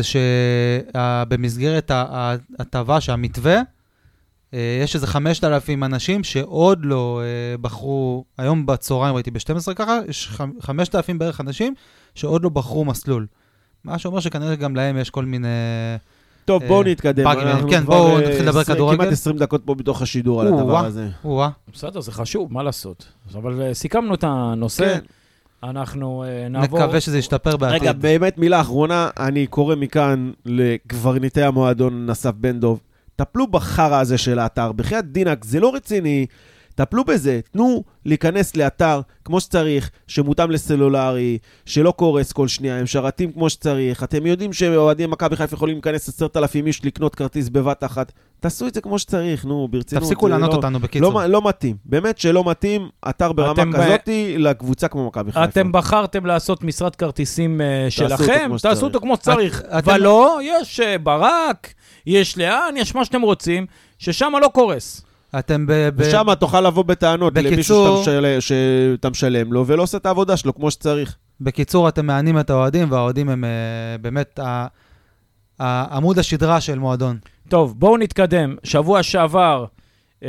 שבמסגרת ההטבה שהמתווה, אה, יש איזה חמשת אלפים אנשים שעוד לא אה, בחרו, היום בצהריים ראיתי ב-שתים עשרה ככה, יש חמ- חמשת אלפים בערך אנשים שעוד לא בחרו מסלול. מה שאומר שכנראה גם להם יש כל מיני טוב, בואו נתקדם. כן, בואו נתחיל לדבר כדורגל. כמעט עשרים דקות פה בתוך השידור על הדבר הזה. בסדר, זה חשוב, מה לעשות? אבל סיכמנו את הנושא. אנחנו נעבור... נקווה שזה ישתפר בעתיד. רגע, באמת מילה אחרונה, אני קורא מכאן לקברניטי המועדון אסף בן דב, טפלו בחרא הזה של האתר, בחייאת דינק, זה לא רציני, טפלו בזה, תנו להיכנס לאתר כמו שצריך, שמותאם לסלולרי, שלא קורס כל שנייה, הם שרתים כמו שצריך, אתם יודעים שאוהדים מכבי חיפה יכולים להיכנס עשרת אלפים איש לקנות כרטיס בבת אחת, תעשו את זה כמו שצריך, נו, ברצינות. תפסיקו לענות לא, אותנו בקיצור. לא, לא מתאים, באמת שלא מתאים, אתר ברמה כזאת ב... לקבוצה כמו מכבי חיפה. אתם בחרתם לעשות משרד כרטיסים uh, שלכם, תעשו אותו כמו שצריך, את, ולא, אתם... יש uh, ברק, יש לאן, יש מה שאתם רוצים, ששם לא קורס. אתם ב... ב... ושם תוכל לבוא בטענות בקיצור... למישהו שאתה משלם, שאתה משלם לו, ולא עושה את העבודה שלו כמו שצריך. בקיצור, אתם מענים את האוהדים, והאוהדים הם uh, באמת ה... העמוד השדרה של מועדון. טוב, בואו נתקדם. שבוע שעבר, אה,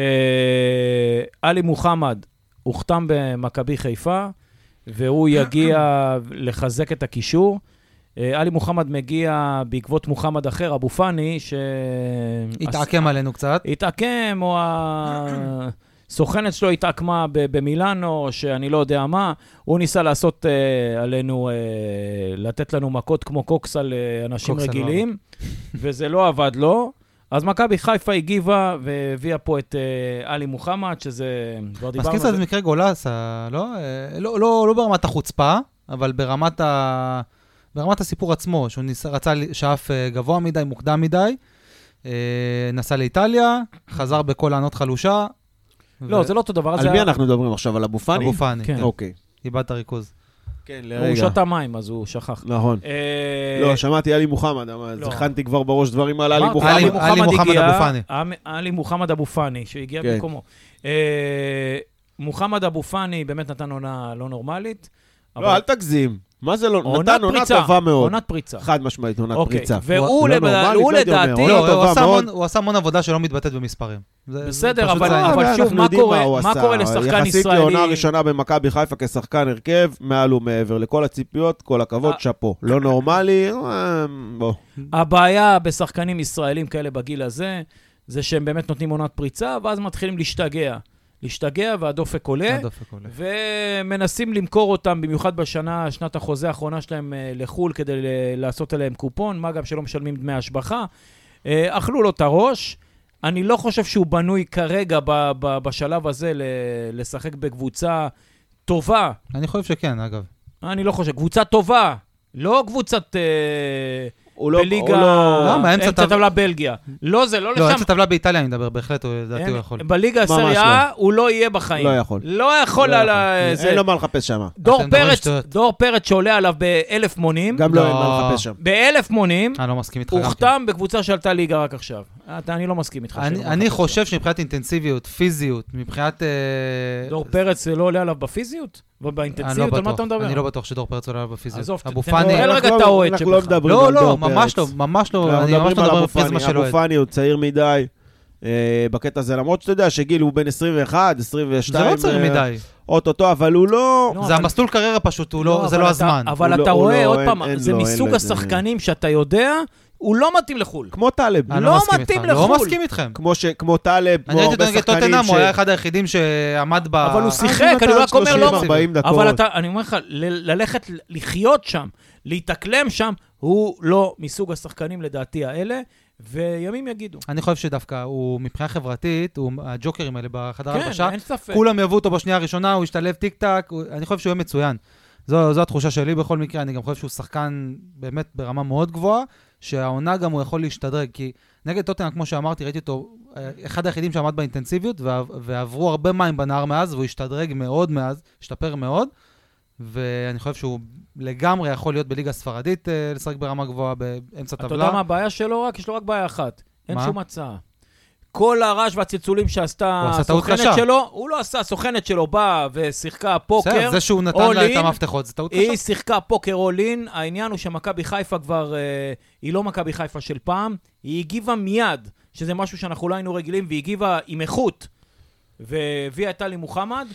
אלי מוחמד הוחתם במכבי חיפה, והוא יגיע לחזק את הקישור. אה, אלי מוחמד מגיע בעקבות מוחמד אחר, אבו פני, ש... התעקם עלינו קצת. התעקם, או הסוכנת שלו התעקמה במילאנו, שאני לא יודע מה. הוא ניסה לעשות אה, עלינו, אה, לתת לנו מכות כמו קוקס על אה, אנשים קוקס רגילים, וזה לא עבד לו. אז מכבי חיפה הגיבה והביאה פה את אה, אלי מוחמד, שזה... מסכים קצת במקרה גולס, לא? אה, לא, לא, לא ברמת החוצפה, אבל ברמת, ה... ברמת הסיפור עצמו, שהוא ניס... רצה שאף גבוה מדי, מוקדם מדי, אה, נסע לאיטליה, חזר בכל הענות חלושה, לא, זה לא אותו דבר. על מי אנחנו מדברים עכשיו? על אבו פני? אבו פני, כן. אוקיי. איבדת ריכוז. כן, לרגע. הוא שתה מים, אז הוא שכח. נכון. לא, שמעתי אלי מוחמד, זכנתי כבר בראש דברים על אלי מוחמד. אלי מוחמד אבו פני. אלי מוחמד אבו פני, שהגיע במקומו. מוחמד אבו פני באמת נתן עונה לא נורמלית. לא, אל תגזים. מה זה לא? נתן עונה טובה מאוד. עונת פריצה. חד משמעית, עונת פריצה. והוא לדעתי... הוא עשה המון עבודה שלא מתבטאת במספרים. בסדר, אבל שוב, מה קורה לשחקן ישראלי? יחסית לעונה הראשונה במכבי חיפה כשחקן הרכב, מעל ומעבר. לכל הציפיות, כל הכבוד, שפו. לא נורמלי, בוא. הבעיה בשחקנים ישראלים כאלה בגיל הזה, זה שהם באמת נותנים עונת פריצה, ואז מתחילים להשתגע. להשתגע והדופק עולה, ומנסים למכור אותם, במיוחד בשנה, שנת החוזה האחרונה שלהם לחול, כדי לעשות עליהם קופון, מה גם שלא משלמים דמי השבחה. אכלו לו את הראש. אני לא חושב שהוא בנוי כרגע ב- ב- בשלב הזה ל- לשחק בקבוצה טובה. אני חושב שכן, אגב. אני לא חושב. קבוצה טובה, לא קבוצת... אה... בליגה, אמצע טבלה בלגיה. לא זה, לא לשם. לא, אמצע טבלה באיטליה אני מדבר, בהחלט, לדעתי הוא יכול. בליגה הסריה הוא לא יהיה בחיים. לא יכול. לא יכול על זה. אין לו מה לחפש שם. דור פרץ שעולה עליו ב-אלף מונים. גם לא אין מה לחפש שם. ב-אלף מונים. אני לא מסכים איתך. הוא חתם בקבוצה שעלתה ליגה רק עכשיו. אני לא מסכים איתך. אני חושב שמבחינת אינטנסיביות, פיזיות, מבחינת... דור פרץ לא עולה עליו בפיזיות? ובאינטנסיביות, על מה אתה מדבר? אני לא בטוח שדור פרץ עולה בפיזיות. עזוב, תנהל רגע את האוהד שלך. אנחנו לא מדברים על דור פרץ. לא, ממש לא, ממש לא. אני ממש לא מדבר בפריזמה של אוהד. אבו פני הוא צעיר מדי, בקטע הזה, למרות שאתה יודע שגיל הוא בין עשרים ואחת, עשרים ושתיים. זה לא צעיר מדי. אוטוטו, אבל הוא לא... זה המסלול קריירה פשוט, זה לא הזמן. אבל אתה רואה, עוד פעם, זה מסוג השחקנים שאתה יודע... הוא לא מתאים לחול. כמו טלב. לא מתאים לחול. לא מסכים איתכם. כמו טלב, כמו הרבה שחקנים ש... הוא היה אחד היחידים שעמד ב... אבל הוא שיחק, אני רק אומר לא... אבל אני אומר לך, ללכת לחיות שם, להתאקלם שם, הוא לא מסוג השחקנים לדעתי האלה, וימים יגידו. אני חושב שדווקא הוא מבחינה חברתית, הג'וקרים האלה בחדר הלבשה, כן, אין ספק. כולם יבואו אותו בשנייה הראשונה, הוא ישתלב טיק טק, אני חושב שהוא יהיה מצוין. זו, זו התחושה שלי בכל מקרה, אני גם חושב שהוא שחקן באמת ברמה מאוד גבוהה, שהעונה גם הוא יכול להשתדרג, כי נגד טוטנהאם, כמו שאמרתי, ראיתי אותו, אחד היחידים שעמד באינטנסיביות, ועברו הרבה מים בנהר מאז, והוא השתדרג מאוד מאז, השתפר מאוד, ואני חושב שהוא לגמרי יכול להיות בליגה הספרדית, לשחק ברמה גבוהה באמצע טבלה. אתה יודע מה הבעיה שלו? רק, יש לו רק בעיה אחת. אין שום הצעה. כל הרעש והצלצולים שעשתה הסוכנת שלו, הוא לא עשה, הסוכנת שלו באה ושיחקה פוקר. זה שהוא נתן לה את המפתחות, זה טעות קשה. היא שיחקה פוקר אולין, העניין הוא שמכבי חיפה כבר, היא לא מכבי חיפה של פעם, היא הגיבה מיד, שזה משהו שאנחנו לא היינו רגילים, והיא הגיבה עם איכות, והביאה את אלי מוחמד,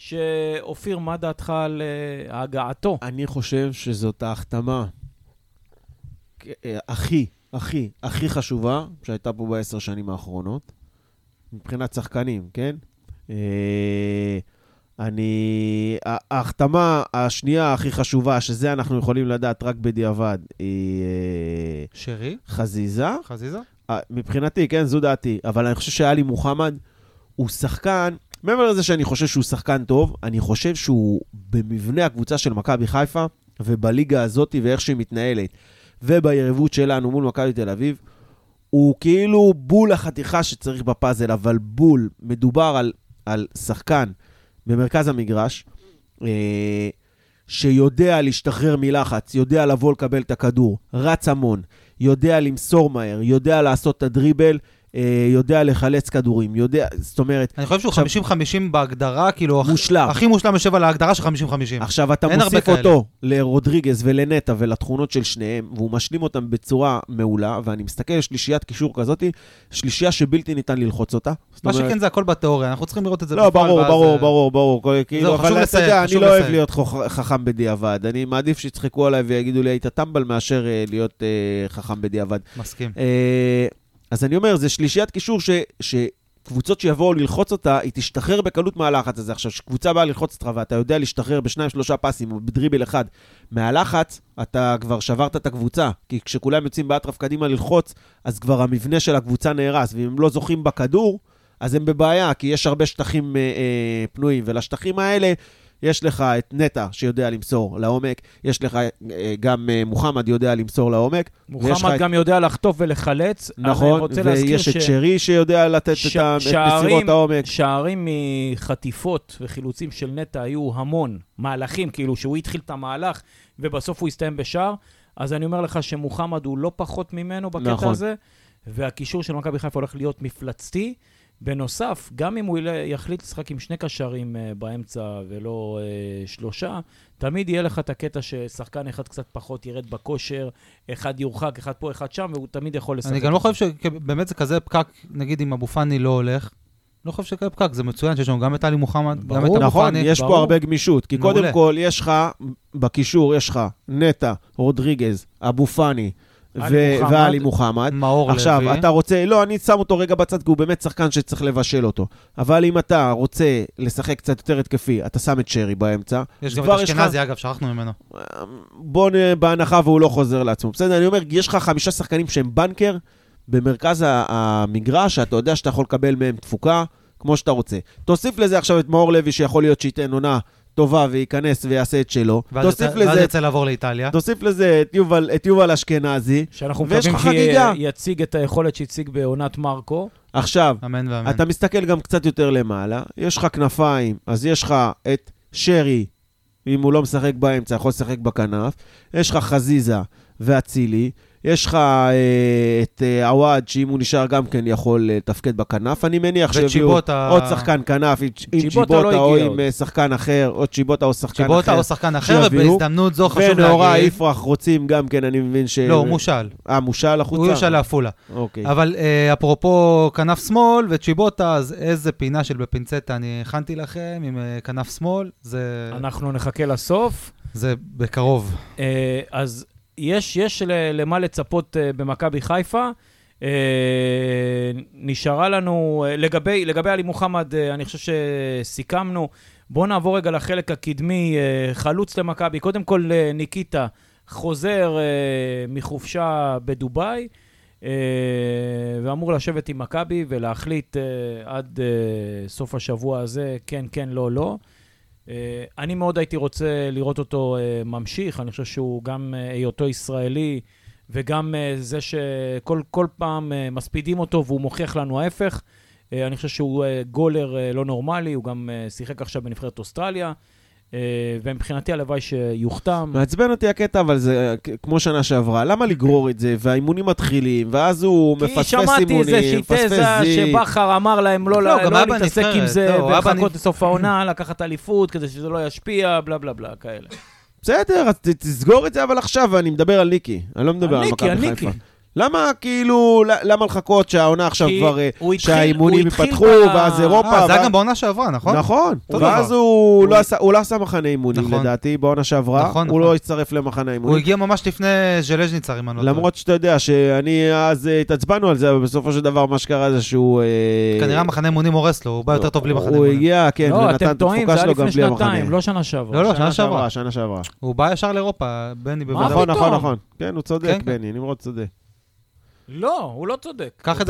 שאופיר, מה דעתך על הגעתו? אני חושב שזאת ההחתמה הכי הכי, הכי חשובה שהייתה פה בעשר שנים האחרונות, מבחינת שחקנים, כן? אני... ההחתמה השנייה הכי חשובה, שזה אנחנו יכולים לדעת רק בדיעבד, היא... שרי? חזיזה. חזיזה? מבחינתי, כן, זו דעתי. אבל אני חושב שאלי מוחמד הוא שחקן, מעבר לזה שאני חושב שהוא שחקן טוב, אני חושב שהוא במבנה הקבוצה של מכבי חיפה, ובליגה הזאת ואיך שהיא מתנהלת, וביריבות שלנו מול מכבי תל אביב, הוא כאילו בול החתיכה שצריך בפאזל, אבל בול, מדובר על, על שחקן במרכז המגרש, אה, שיודע להשתחרר מלחץ, יודע לבוא לקבל את הכדור, רץ המון, יודע למסור מהר, יודע לעשות את הדריבל, יודע לחלץ כדורים, יודע, זאת אומרת... אני חושב שהוא חמישים חמישים בהגדרה, כאילו... מושלם. הכי מושלם יושב על ההגדרה של חמישים חמישים. עכשיו, אתה מוסיף אותו לרודריגז ולנטה ולתכונות של שניהם, והוא משלים אותם בצורה מעולה, ואני מסתכל על שלישיית קישור כזאת, שלישייה שבלתי ניתן ללחוץ אותה. מה שכן זה הכל בתיאוריה, אנחנו צריכים לראות את זה בפועל. לא, ברור, ברור, ברור, ברור. כאילו, אבל אתה יודע, אני לא אוהב להיות חכם בדיעבד. אני מעדיף שיצחקו עליי ויגידו לי, היית טמבל מאשר להיות חכם בדיעבד. מסכים. אז אני אומר, זה שלישיית קישור ש, שקבוצות שיבואו ללחוץ אותה, היא תשתחרר בקלות מהלחץ הזה. עכשיו, שקבוצה באה ללחוץ אותך, ואתה יודע להשתחרר בשניים, שלושה פסים, או בדריבל אחד, מהלחץ, אתה כבר שברת את הקבוצה. כי כשכולם יוצאים באטרף קדימה ללחוץ, אז כבר המבנה של הקבוצה נהרס, ואם הם לא זוכים בכדור, אז הם בבעיה, כי יש הרבה שטחים אה, אה, פנויים, ולשטחים האלה, יש לך את נטה שיודע למסור לעומק, יש לך גם מוחמד יודע למסור לעומק. מוחמד גם יודע לחטוף ולחלץ. נכון, ויש את שרי שיודע לתת את מסירות העומק. שערים מחטיפות וחילוצים של נטה היו המון מהלכים, כאילו שהוא התחיל את המהלך ובסוף הוא הסתיים בשער, אז אני אומר לך שמוחמד הוא לא פחות ממנו בקטע הזה, והקישור של מכבי חיפה הולך להיות מפלצתי. בנוסף, גם אם הוא יחליט לשחק עם שני קשרים uh, באמצע ולא uh, שלושה, תמיד יהיה לך את הקטע ששחקן אחד קצת פחות ירד בכושר, אחד יורחק, אחד פה, אחד שם, והוא תמיד יכול לשחק. אני גם לא חושב שבאמת זה כזה פקק, נגיד אם אבו פאני לא הולך, לא חושב שכזה פקק, זה מצוין שיש לנו גם את אלי מוחמד, ברור, גם את אבו נכון, פאני. יש ברור. פה הרבה גמישות, כי מעולה. קודם כל יש לך, בקישור יש לך נטה, רודריגז, אבו פאני, ואלי מוחמד. עכשיו, אתה רוצה, לא, אני שם אותו רגע בצד, כי הוא באמת שחקן שצריך לבשל אותו. אבל אם אתה רוצה לשחק קצת יותר התקפי, אתה שם את שרי באמצע. יש גם את אשכנזי, אגב, שכחנו ממנו. בוא בהנחה והוא לא חוזר לעצמו. בסדר, אני אומר, יש לך חמישה שחקנים שהם בנקר, במרכז המגרש, אתה יודע שאתה יכול לקבל מהם תפוקה, כמו שאתה רוצה. תוסיף לזה עכשיו את מאור לוי, שיכול להיות שייתן עונה טובה וייכנס ויעשה את שלו. ואז יצא לעבור לאיטליה. תוסיף לזה את יובל, את יובל אשכנזי. שאנחנו מקווים שיציג את היכולת שיציג בעונת מרקו. עכשיו, אמן ואמן. אתה מסתכל גם קצת יותר למעלה, יש לך כנפיים, אז יש לך את שרי, אם הוא לא משחק באמצע, יכול לשחק בכנף, יש לך חזיזה ואצילי, יש לך אה, את אה, עווד, שאם הוא נשאר גם כן יכול לתפקד בכנף, אני מניח שיביאו עוד שחקן כנף, עם צ'יבוטה או עם שחקן אחר, או צ'יבוטה או שחקן אחר. צ'יבוטה או שחקן אחר, ובהזדמנות זו חשוב להגיד. ונורא יפרח רוצים גם כן, אני מבין ש... לא, הוא מושל. אה, מושל החוצה? הוא יושל להפולה. אוקיי. אבל אה, אפרופו כנף שמאל וצ'יבוטה, אז איזה פינה של בפינצטה אני הכנתי לכם עם אה, כנף שמאל, זה... אנחנו נחכה לסוף. זה בקרוב. אה, אז... יש, יש למה לצפות במכבי חיפה. נשארה לנו, לגבי, לגבי אלי מוחמד, אני חושב שסיכמנו. בואו נעבור רגע לחלק הקדמי, חלוץ למכבי. קודם כל, ניקיטה חוזר מחופשה בדוביי, ואמור לשבת עם מכבי ולהחליט עד סוף השבוע הזה, כן, כן, לא, לא. Uh, אני מאוד הייתי רוצה לראות אותו uh, ממשיך, אני חושב שהוא גם uh, היותו ישראלי, וגם uh, זה שכל כל פעם uh, מספידים אותו, והוא מוכיח לנו ההפך. Uh, אני חושב שהוא uh, גולר uh, לא נורמלי, הוא גם uh, שיחק עכשיו בנבחרת אוסטרליה, uh, ומבחינתי הלוואי שיוחתם. מעצבן אותי הקטע, אבל זה כמו שנה שעברה, למה לגרור את זה? והאימונים מתחילים, ואז הוא מפספס אימונים, כי שמעתי איזושהי תזה שבחר אמר להם לא, לא, לא להתעסק עם זה, ולחכות לסוף העונה, לקחת אליפות, כדי שזה לא ישפיע, בלה בלה בלה, כאלה. בסדר, אז תסגור את זה, אבל עכשיו אני מדבר על ניקי, אני לא מדבר על מכבי חיפה. למה כאילו, למה לחכות שהעונה עכשיו כבר, שהאימונים יפתחו, ואז אירופה... זה היה גם בעונה שעברה, נכון? נכון, ואז הוא לא עשה מחנה אימונים, לדעתי, בעונה שעברה, הוא לא הצטרף למחנה אימונים. הוא הגיע ממש לפני ז'לז'ניצר, אם אני לא טועה. למרות שאתה יודע שאני אז התעצבנו על זה, אבל בסופו של דבר מה שקרה זה שהוא... כנראה מחנה אימונים הורס לו, הוא בא יותר טוב בלי מחנה הוא אימונים. הגיע, כן, ונתן את התפוקה שלו גם בלי המחנה. לא שנה שעברה. לא, לא, שנה שעברה. שנה שעברה. הוא בא ישר לאירופה, בני בוודאי. נכון, נכון, נכון. כן, הוא צודק, בני, נמרוד צודק. לא, הוא לא צודק. קח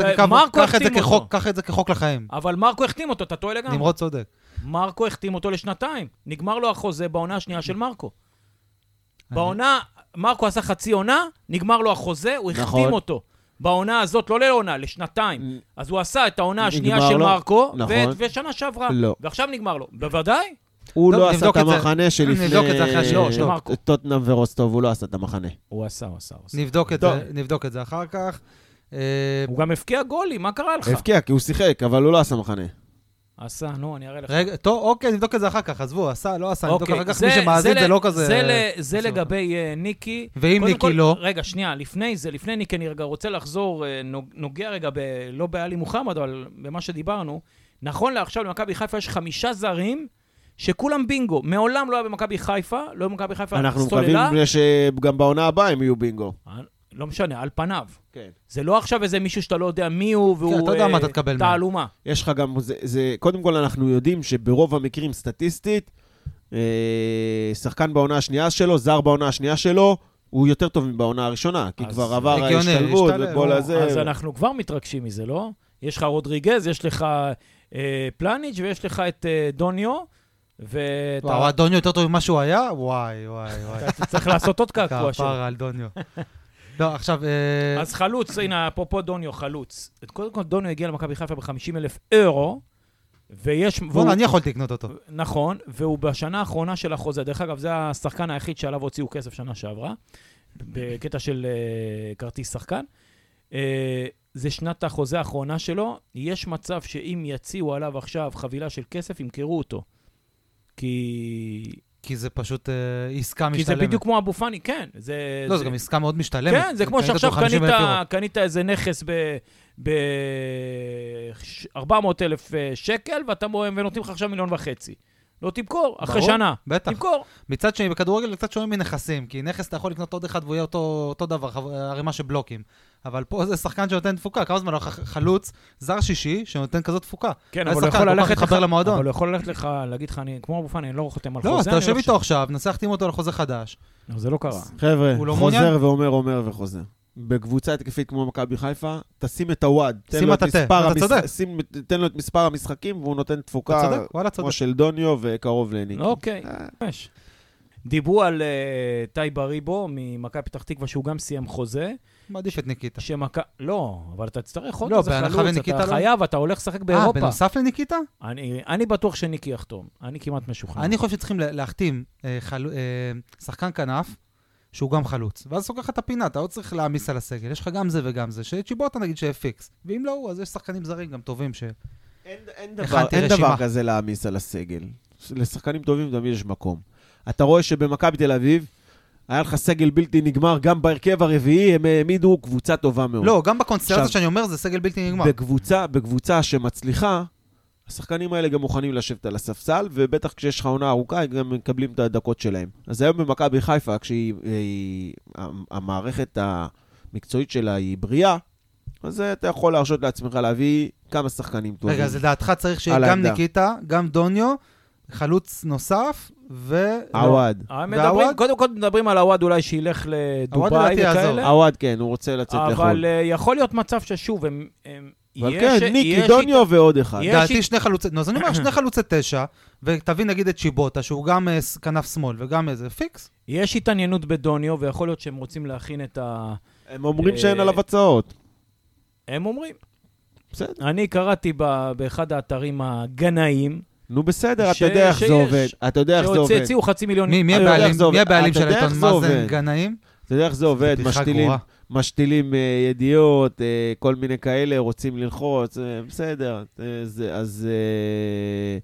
את זה כחוק לחיים. אבל מרקו החתים אותו, אתה טועה לגמרי. נמרוד צודק. מרקו החתים אותו לשנתיים. נגמר לו החוזה בעונה השנייה של מרקו. בעונה, מרקו עשה חצי עונה, נגמר לו החוזה, הוא החתים אותו. בעונה הזאת, לא לעונה, לשנתיים. אז הוא עשה את העונה השנייה של מרקו, ושנה שעברה. ועכשיו נגמר לו. בוודאי. הוא לא עשה את המחנה שלפני... נבדוק את זה אחרי השני. טוטנהאם ורוסטוב, הוא לא עשה את המחנה. הוא עשה, הוא עשה. נבדוק את זה אחר כך. הוא גם הפקיע גולי, מה קרה לך? הפקיע, כי הוא שיחק, אבל הוא לא עשה מחנה. עשה, נו, אני אראה לך. רגע, טוב, אוקיי, נבדוק את זה אחר כך, עזבו, עשה, לא עשה, נבדוק אחר כך, מי שמאזין זה לא כזה... זה לגבי ניקי. ואם ניקי לא... רגע, שנייה, לפני זה, לפני ניקי, אני רגע רוצה לחזור, נוגע רגע, לא באלי מוחמד, אבל במה שדיברנו, נכון לעכשיו, למכבי חיפה יש חמישה זרים, שכולם בינגו. מעולם לא היה במכבי חיפה, לא במכבי חיפה סוללה. אנחנו מקווים שגם בעונה הבאה הם יהיו בינגו. לא משנה, על פניו. כן. זה לא עכשיו איזה מישהו שאתה לא יודע מי הוא, והוא... כן, אתה יודע מה אתה תקבל. תעלומה. יש לך גם... זה, זה, קודם כל אנחנו יודעים שברוב המקרים סטטיסטית, אה, שחקן בעונה השנייה שלו, זר בעונה השנייה שלו, הוא יותר טוב בעונה הראשונה, כי כבר עבר ההשתלבות וכל הזה. אז אנחנו כבר מתרגשים מזה, לא? יש לך רודריגז, יש לך אה, פלניץ' ויש לך את אה, דוניו, וואו, דוניו יותר טוב ממה שהוא היה? וואי, וואי, וואי. אתה צריך לעשות עוד קעקוע שלו. כפרה על דוניו. לא, עכשיו... אז חלוץ, הנה, אפרופו דוניו, חלוץ. קודם כל, דוניו הגיע למכבי חיפה ב-חמישים אלף אירו, ויש... בוא, אני יכולתי לקנות אותו. נכון, והוא בשנה האחרונה של החוזה. דרך אגב, זה השחקן היחיד שעליו הוציאו כסף שנה שעברה, בקטע של כרטיס שחקן. זה שנת החוזה האחרונה שלו. יש מצב שאם יציעו עליו עכשיו חבילה של כסף, ימכרו אותו. כי... כי זה פשוט אה, עסקה משתלמת. כי זה בדיוק כמו אבו פאני, כן. זה, לא, זה... זה גם עסקה מאוד משתלמת. כן, זה כמו שעכשיו קנית, קנית איזה נכס ב-ארבע מאות אלף שקל, ואתה ונותנים לך עכשיו מיליון וחצי. לא תמכור, אחרי ברור, שנה. בטח. תמכור. מצד שני, בכדורגל זה קצת שונה מנכסים, כי נכס אתה יכול לקנות עוד אחד והוא יהיה אותו, אותו דבר, הרימה של בלוקים. אבל פה זה שחקן שנותן תפוקה. כמה זמן חלוץ, זר שישי, שנותן כזאת תפוקה. כן, אבל הוא יכול ללכת לך, אבל הוא יכול ללכת לך, להגיד לך, אני, כמו אבו פאני, אני לא חותם על לא, חוזה. לא, אתה יושב איתו עכשיו, נסה להחתים אותו לחוזה חדש. זה לא קרה. חבר'ה, חוזר ואומר, אומר וחוזר. בקבוצה התקפית כמו מכבי חיפה, תשים את הוואד. שים את התה, אתה צודק. תן לו את מספר המשחקים, והוא נותן תפוקה כמו של דוניו וקרוב לניקי. אוקיי, ממש. דיברו על טי בריבו ממכבי פתח תקווה, שהוא גם סיים חוזה. מעדיף את ניקיטה. לא, אבל אתה תצטרך עוד איזה חלוץ, אתה חייב, אתה הולך לשחק באירופה. אה, בנוסף לניקיטה? אני בטוח שניקי יחתום. אני כמעט משוכנע. אני חושב שצריכים להחתים שחקן כנף, שהוא גם חלוץ. ואז סוגר לך את הפינה, אתה עוד צריך להעמיס על הסגל. יש לך גם זה וגם זה. שצ'יבוטה נגיד שהפיקס. ואם לא הוא, אז יש שחקנים זרים גם טובים ש... אין, אין, דבר, אין דבר כזה להעמיס על הסגל. לשחקנים טובים תמיד יש מקום. אתה רואה שבמכבי תל אביב, היה לך סגל בלתי נגמר, גם בהרכב הרביעי הם העמידו קבוצה טובה מאוד. לא, גם בקונסטלציה שאני אומר, זה סגל בלתי נגמר. בקבוצה, בקבוצה שמצליחה, השחקנים האלה גם מוכנים לשבת על הספסל, ובטח כשיש לך עונה ארוכה, הם גם מקבלים את הדקות שלהם. אז היום במכבי חיפה, כשהמערכת המקצועית שלה היא בריאה, אז אתה יכול להרשות לעצמך להביא כמה שחקנים טובים. רגע, אז לדעתך צריך שיהיה גם ניקיטה, גם דוניו, חלוץ נוסף, ו... עווד. קודם כל מדברים על עווד אולי שילך לדובאי וכאלה. עווד, כן, הוא רוצה לצאת לחול. אבל יכול להיות מצב ששוב, הם... אבל כן, ניקי, דוניו ועוד אחד. דעתי שני חלוצי... אז אני אומר, שני חלוצי תשע, ותביא נגיד את צ'יבוטה, שהוא גם כנף שמאל, וגם איזה פיקס. יש התעניינות בדוניו, ויכול להיות שהם רוצים להכין את ה... הם אומרים שאין עליו הצעות. הם אומרים. בסדר. אני קראתי באחד האתרים הגנאים, נו בסדר, אתה יודע איך זה עובד. אתה יודע איך זה עובד. שהוציאו חצי מיליון... מי הבעלים של העיתון? מה זה גנאים? אתה יודע איך זה עובד, משתילים ידיעות, כל מיני כאלה, רוצים ללחוץ, בסדר. אז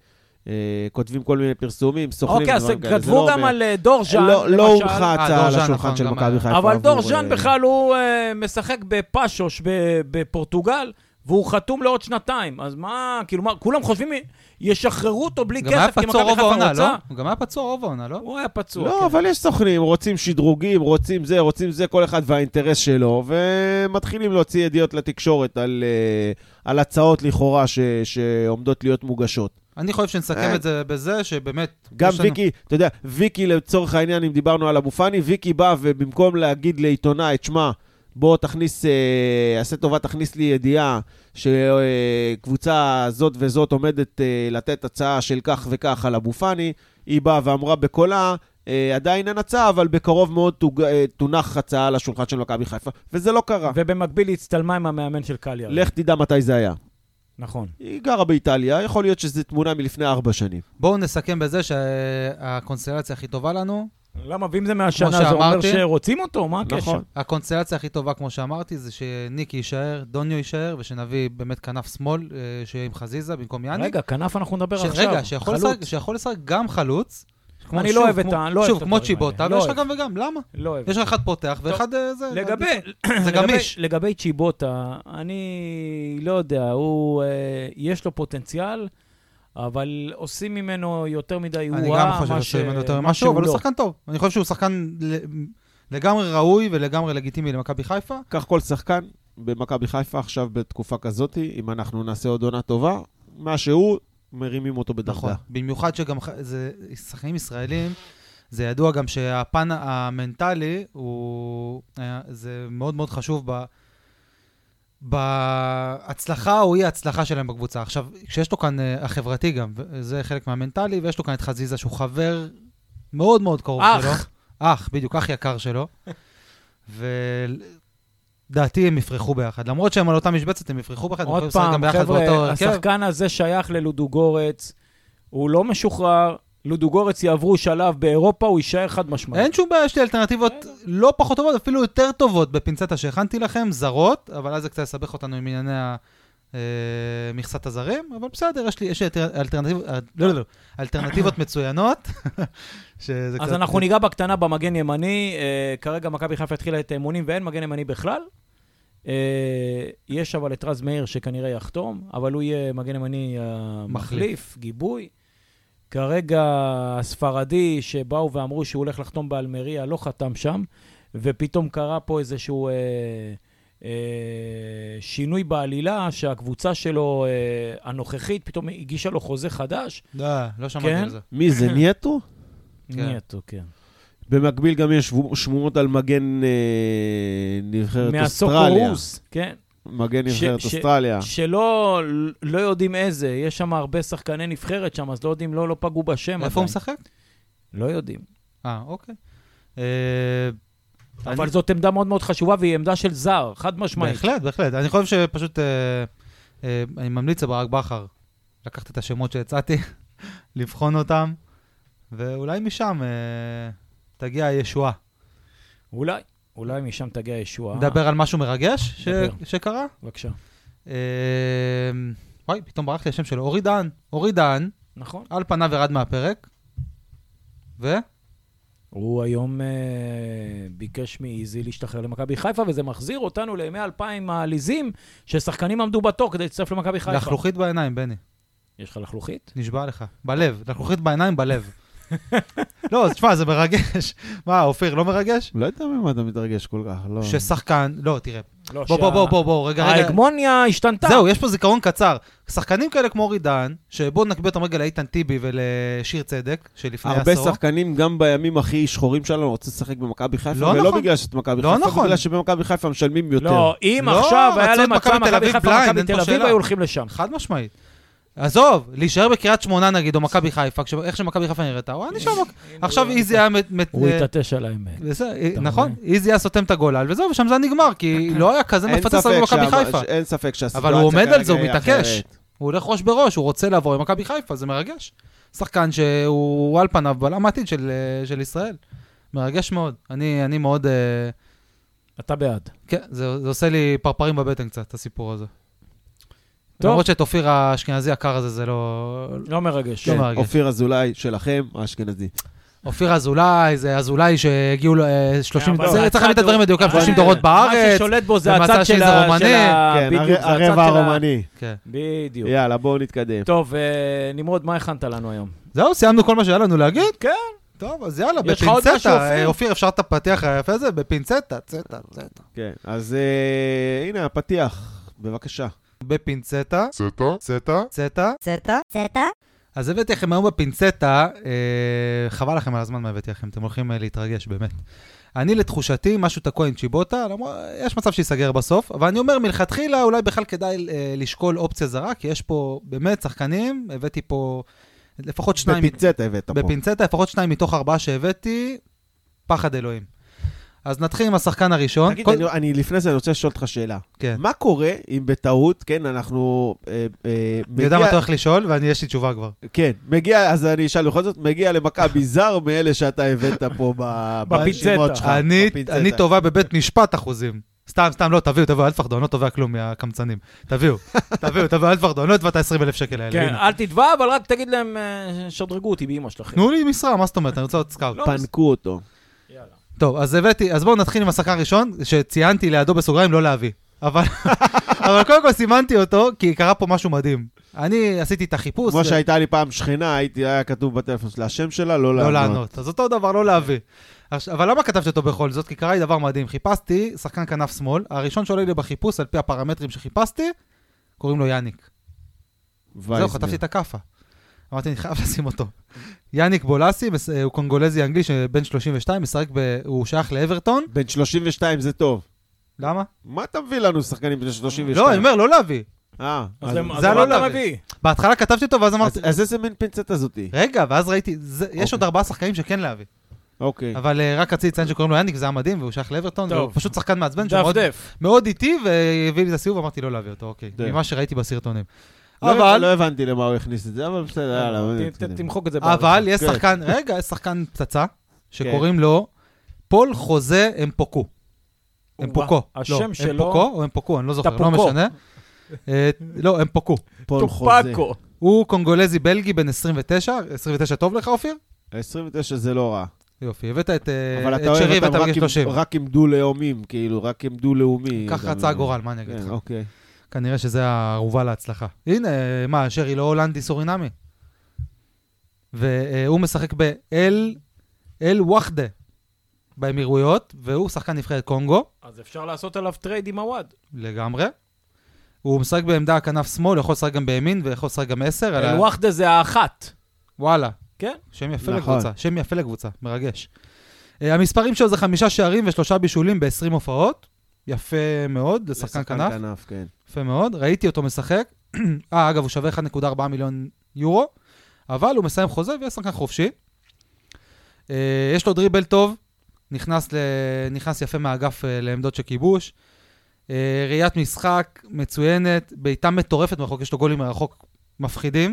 כותבים כל מיני פרסומים, סוכנים. אוקיי, אז כתבו גם על דור ז'אן, לא הונחה הצעה על השולחן של מכבי חיפה. אבל דור ז'אן בכלל הוא משחק בפאשוש בפורטוגל, והוא חתום לעוד שנתיים. אז מה, כאילו, כולם חושבים, ישחררו אותו בלי כסף, כי מכבי חיפה רוצה. הוא גם היה פצוע רוב העונה, לא? הוא היה פצוע. לא, אבל יש סוכנים, רוצים שדרוגים, רוצים זה, רוצים זה, כל אחד והאינטרס שלו, ומתחילים להוציא ידיעות לתקשורת על הצעות לכאורה שעומדות להיות מוגשות. אני חושב שנסכם את זה בזה, שבאמת... גם ויקי, אתה יודע, ויקי לצורך העניין, אם דיברנו על אבו פאני, ויקי בא ובמקום להגיד לעיתונאי, תשמע, בוא תכניס, עשה טובה, תכניס לי ידיעה שקבוצה זאת וזאת עומדת לתת הצעה של כך וכך על אבו פאני, היא באה ואמרה בקולה, עדיין אין הצעה, אבל בקרוב מאוד תונח הצעה על השולחן של מכבי חיפה, וזה לא קרה. ובמקביל הצטלמה עם המאמן של קליה. לך תדע מתי זה היה. נכון. היא גרה באיטליה, יכול להיות שזו תמונה מלפני ארבע שנים. בואו נסכם בזה שהקונסטלציה הכי טובה לנו. למה? ואם זה מהשנה, זה אומר שרוצים אותו? מה הקשר? הקונסטלציה הכי טובה, כמו שאמרתי, זה שניקי יישאר, דוניו יישאר, ושנביא באמת כנף שמאל, שיהיה עם חזיזה במקום יאני. רגע, כנף אנחנו נדבר עכשיו. רגע, שיכול לשחק גם חלוץ. אני לא אוהב את ה... שוב, כמו צ'יבוטה, ויש לך גם וגם, למה? לא אוהב. יש לך אחד פותח ואחד זה... זה גמיש. לגבי צ'יבוטה, אני לא יודע, הוא... יש לו פוטנציאל, אבל עושים ממנו יותר מדי... אני גם חושב שעושים ממנו יותר משהו, אבל הוא שחקן טוב. אני חושב שהוא שחקן לגמרי ראוי ולגמרי לגיטימי למכבי חיפה. כך כל שחקן במכבי חיפה עכשיו בתקופה כזאת, אם אנחנו נעשה עוד עונה טובה, מה שהוא... מרימים אותו בדרגה. נכון, במיוחד שגם זה שחקנים ישראלים, זה ידוע גם שהפן המנטלי הוא, זה מאוד מאוד חשוב ב, בהצלחה או אי ההצלחה שלהם בקבוצה. עכשיו, כשיש לו כאן החברתי גם, זה חלק מהמנטלי, ויש לו כאן את חזיזה שהוא חבר מאוד מאוד קרוב אח. שלו. אח, בדיוק, אח יקר שלו. ו... דעתי הם יפרחו ביחד. למרות שהם על אותה משבצת, הם יפרחו ביחד. עוד פעם, חבר'ה, השחקן הזה שייך ללודוגורץ, הוא לא משוחרר, לודוגורץ יעברו שלב באירופה, הוא יישאר חד משמעית. אין שום בעיה, יש לי אלטרנטיבות לא פחות טובות, אפילו יותר טובות בפינצטה שהכנתי לכם, זרות, אבל אז זה קצת יסבך אותנו עם ענייני מכסת הזרים, אבל בסדר, יש לי, יש לי אלטרנטיבות, לא, לא, לא, אלטרנטיבות מצוינות. אז אנחנו ניגע בקטנה במגן ימני, כרגע מכבי חיפה התחילה את האימונים ואין מגן ימני בכלל. יש אבל את רז מאיר שכנראה יחתום, אבל הוא יהיה מגן ימני מחליף, גיבוי. כרגע הספרדי שבאו ואמרו שהוא הולך לחתום באלמריה, לא חתם שם, ופתאום קרה פה איזשהו... שינוי בעלילה שהקבוצה שלו הנוכחית פתאום הגישה לו חוזה חדש. לא, לא שמעתי על זה. מי זה, נייטו? נייטו, כן. במקביל גם יש שמועות על מגן נבחרת אוסטרליה. מהסוקורוס, כן. מגן נבחרת אוסטרליה. שלא לא יודעים איזה, יש שם הרבה שחקני נבחרת שם, אז לא יודעים, לא פגעו בשם. איפה הוא משחק? לא יודעים. אה, אוקיי. אבל אני... זאת עמדה מאוד מאוד חשובה, והיא עמדה של זר, חד משמעית. בהחלט, בהחלט. אני חושב שפשוט, אה, אה, אני ממליץ לברק בכר, לקחת את השמות שהצעתי, לבחון אותם, ואולי משם אה, תגיע הישועה. אולי, אולי משם תגיע הישועה. נדבר על משהו מרגש ש... שקרה? בבקשה. אה, וואי, פתאום ברחתי השם שלו, אורי דהן. אורי דהן, נכון. על פניו ירד מהפרק, ו... הוא היום אה, ביקש מאיזי להשתחרר למכבי חיפה, וזה מחזיר אותנו לימי אלפיים העליזים, ששחקנים עמדו בתור כדי להצטרף למכבי חיפה. לחלוכית בעיניים, בני. יש לך לחלוכית? נשבע לך. בלב. לחלוכית בעיניים, בלב. לא, תשמע, זה מרגש. מה, אופיר, לא מרגש? לא יודע ממה אתה מתרגש כל כך, לא. ששחקן, לא, תראה. בוא, בוא, בוא, בוא, בוא, רגע, רגע. ההגמוניה השתנתה. זהו, יש פה זיכרון קצר. שחקנים כאלה כמו אורי דהן, שבואו נקבל אותם רגע לאיתן טיבי ולשיר צדק, שלפני עשור. הרבה שחקנים, גם בימים הכי שחורים שלנו, רוצים לשחק במכבי חיפה, ולא בגלל שאת מכבי חיפה, בגלל שבמכבי חיפה משלמים יותר. לא, אם עכשיו היה להם מצא מכבי חיפה, מכבי תל אביב, היו הולכים לשם. חד משמעית. עזוב, להישאר בקריית שמונה נגיד, או מכבי חיפה, איך שמכבי חיפה נראתה, או אני שם, עכשיו איזי היה... הוא התעטש על האמת. נכון, איזי היה סותם את הגולל, וזהו, ושם זה נגמר, כי לא היה כזה מפצץ על מכבי חיפה. אין ספק שהסיטואציה אבל הוא עומד על זה, הוא מתעקש. הוא הולך ראש בראש, הוא רוצה לעבור עם מכבי חיפה, זה מרגש. שחקן שהוא על פניו בלם העתיד של ישראל. מרגש מאוד. אני מאוד... אתה בעד. כן, זה עושה לי פרפרים בבטן קצת, הסיפור הזה. למרות שאת אופיר האשכנזי הקר הזה זה לא... לא מרגש. כן, אופיר אזולאי שלכם, האשכנזי. אופיר אזולאי, זה אזולאי שהגיעו שלושים... צריך להביא את הדברים בדיוק, שלושים דורות בארץ. מה ששולט בו זה הצד של ה... כן, הרבע הרומני. בדיוק. יאללה, בואו נתקדם. טוב, נמרוד, מה הכנת לנו היום? זהו, סיימנו כל מה שהיה לנו להגיד? כן. טוב, אז יאללה, בפינצטה. אופיר, אפשר את הפתיח היפה הזה? בפינצטה, צטה, צטה. כן, אז הנה הפתיח, בבקשה. בפינצטה. צטה. צטה. צטה. צטה. צטה. אז הבאתי לכם היום בפינצטה, אה, חבל לכם על הזמן מה הבאתי לכם, אתם הולכים להתרגש באמת. אני לתחושתי, משהו תקוע עם צ'יבוטה, יש מצב שיסגר בסוף, אבל אני אומר מלכתחילה, אולי בכלל כדאי אה, לשקול אופציה זרה, כי יש פה באמת שחקנים, הבאתי פה לפחות שניים... בפינצטה הבאת פה. בפינצטה, לפחות שניים מתוך ארבעה שהבאתי, פחד אלוהים. אז נתחיל עם השחקן הראשון. תגיד, אני, אני לפני זה אני רוצה לשאול אותך שאלה. כן. מה קורה אם בטעות, כן, אנחנו... אה, אה, אני יודע מה אתה הולך לשאול, ואני יש לי תשובה כבר. כן, מגיע, אז אני אשאל בכל זאת, מגיע למכבי זר מאלה שאתה הבאת פה ברשימות שלך. אני, אני טובה בבית משפט אחוזים. סתם, סתם, לא, תביאו, תביאו, אל תפחדו, אני לא תובע כלום מהקמצנים. תביאו, תביאו, תביאו, אל תפחדו, אני לא אתבע את ה-עשרים אלף שקל האלה. כן, אל תתבע, אבל רק תגיד להם, שדרגו אותי באמא שלכם. תנו לי משרה, מה זאת אומרת? אני רוצה עוד סקאוט. פנקו אותו. טוב, אז הבאתי, אז בואו נתחיל עם השחקן הראשון, שציינתי לידו בסוגריים לא להביא. אבל, אבל קודם כל סימנתי אותו, כי קרה פה משהו מדהים. אני עשיתי את החיפוש. כמו שהייתה לי פעם שכנה, הייתי, היה כתוב בטלפון שלה, השם שלה, לא לענות. לא לענות. אז אותו דבר, לא להביא. אבל למה כתבתי אותו בכל זאת? כי קרה לי דבר מדהים. חיפשתי שחקן כנף שמאל, הראשון שעולה לי בחיפוש, על פי הפרמטרים שחיפשתי, קוראים לו יאניק. זהו, חטפתי את הקפה. אמרתי, אני חייב לשים אותו. יאניק בולסי, הוא קונגולזי אנגלי שבן שלושים ושתיים, משחק ב... הוא שייך לאברטון. בן שלושים ושתיים זה טוב. למה? מה אתה מביא לנו שחקנים בן שלושים ושתיים? לא, אני אומר, לא להביא. אה, אז זה לא אתה מביא. בהתחלה כתבתי אותו, ואז אמרתי... אז איזה מין פינצטה זאתי? רגע, ואז ראיתי, יש עוד ארבעה שחקנים שכן להביא. אוקיי. אבל רק רציתי לציין שקוראים לו יאניק, זה היה מדהים, והוא שייך לאברטון, והוא פשוט שחקן מעצבן, דף מאוד איטי, והביא לי את הסיבוב, אמרתי לא להביא אותו, אוקיי. ממה שראיתי בסרטונים. אבל... לא הבנתי למה הוא הכניס את זה, אבל בסדר, יאללה. תמחוק את זה. אבל יש שחקן, רגע, יש שחקן פצצה, שקוראים לו פול חוזה אמפוקו. אמפוקו. השם שלו... אמפוקו או אמפוקו, אני לא זוכר, לא משנה. לא, אמפוקו. פול חוזה. הוא קונגולזי בלגי בן עשרים ותשע, עשרים ותשע טוב לך, אופיר? עשרים ותשע זה לא רע. יופי, הבאת את שרי ואתה מגיש שלושים. רק עם דו-לאומים, כאילו, רק עם דו-לאומי. ככה רצה הגורל, מה אני אגיד לך? אוקיי. כנראה שזה הערובה להצלחה. הנה, מה, שרי לא הולנדי סורינמי. והוא משחק באל, אל וחדה באמירויות, והוא שחקן נבחרת קונגו. אז אפשר לעשות עליו טרייד עם הוואד. לגמרי. הוא משחק בעמדה הכנף שמאל, יכול לשחק גם בימין, ויכול לשחק גם עשר. אל וחדה זה האחת. וואלה. כן? שם יפה לקבוצה, שם יפה לקבוצה, מרגש. המספרים שלו זה חמישה שערים ושלושה בישולים ב-עשרים הופעות. יפה מאוד, לשחקן כנף. כנף, כן. יפה מאוד, ראיתי אותו משחק. אה, אגב, הוא שווה אחד נקודה ארבע מיליון יורו, אבל הוא מסיים חוזה ויש שחקן חופשי. יש לו דריבל טוב, נכנס, ל... נכנס יפה מהאגף לעמדות של כיבוש. ראיית משחק מצוינת, בעיטה מטורפת מרחוק, יש לו גולים מרחוק מפחידים.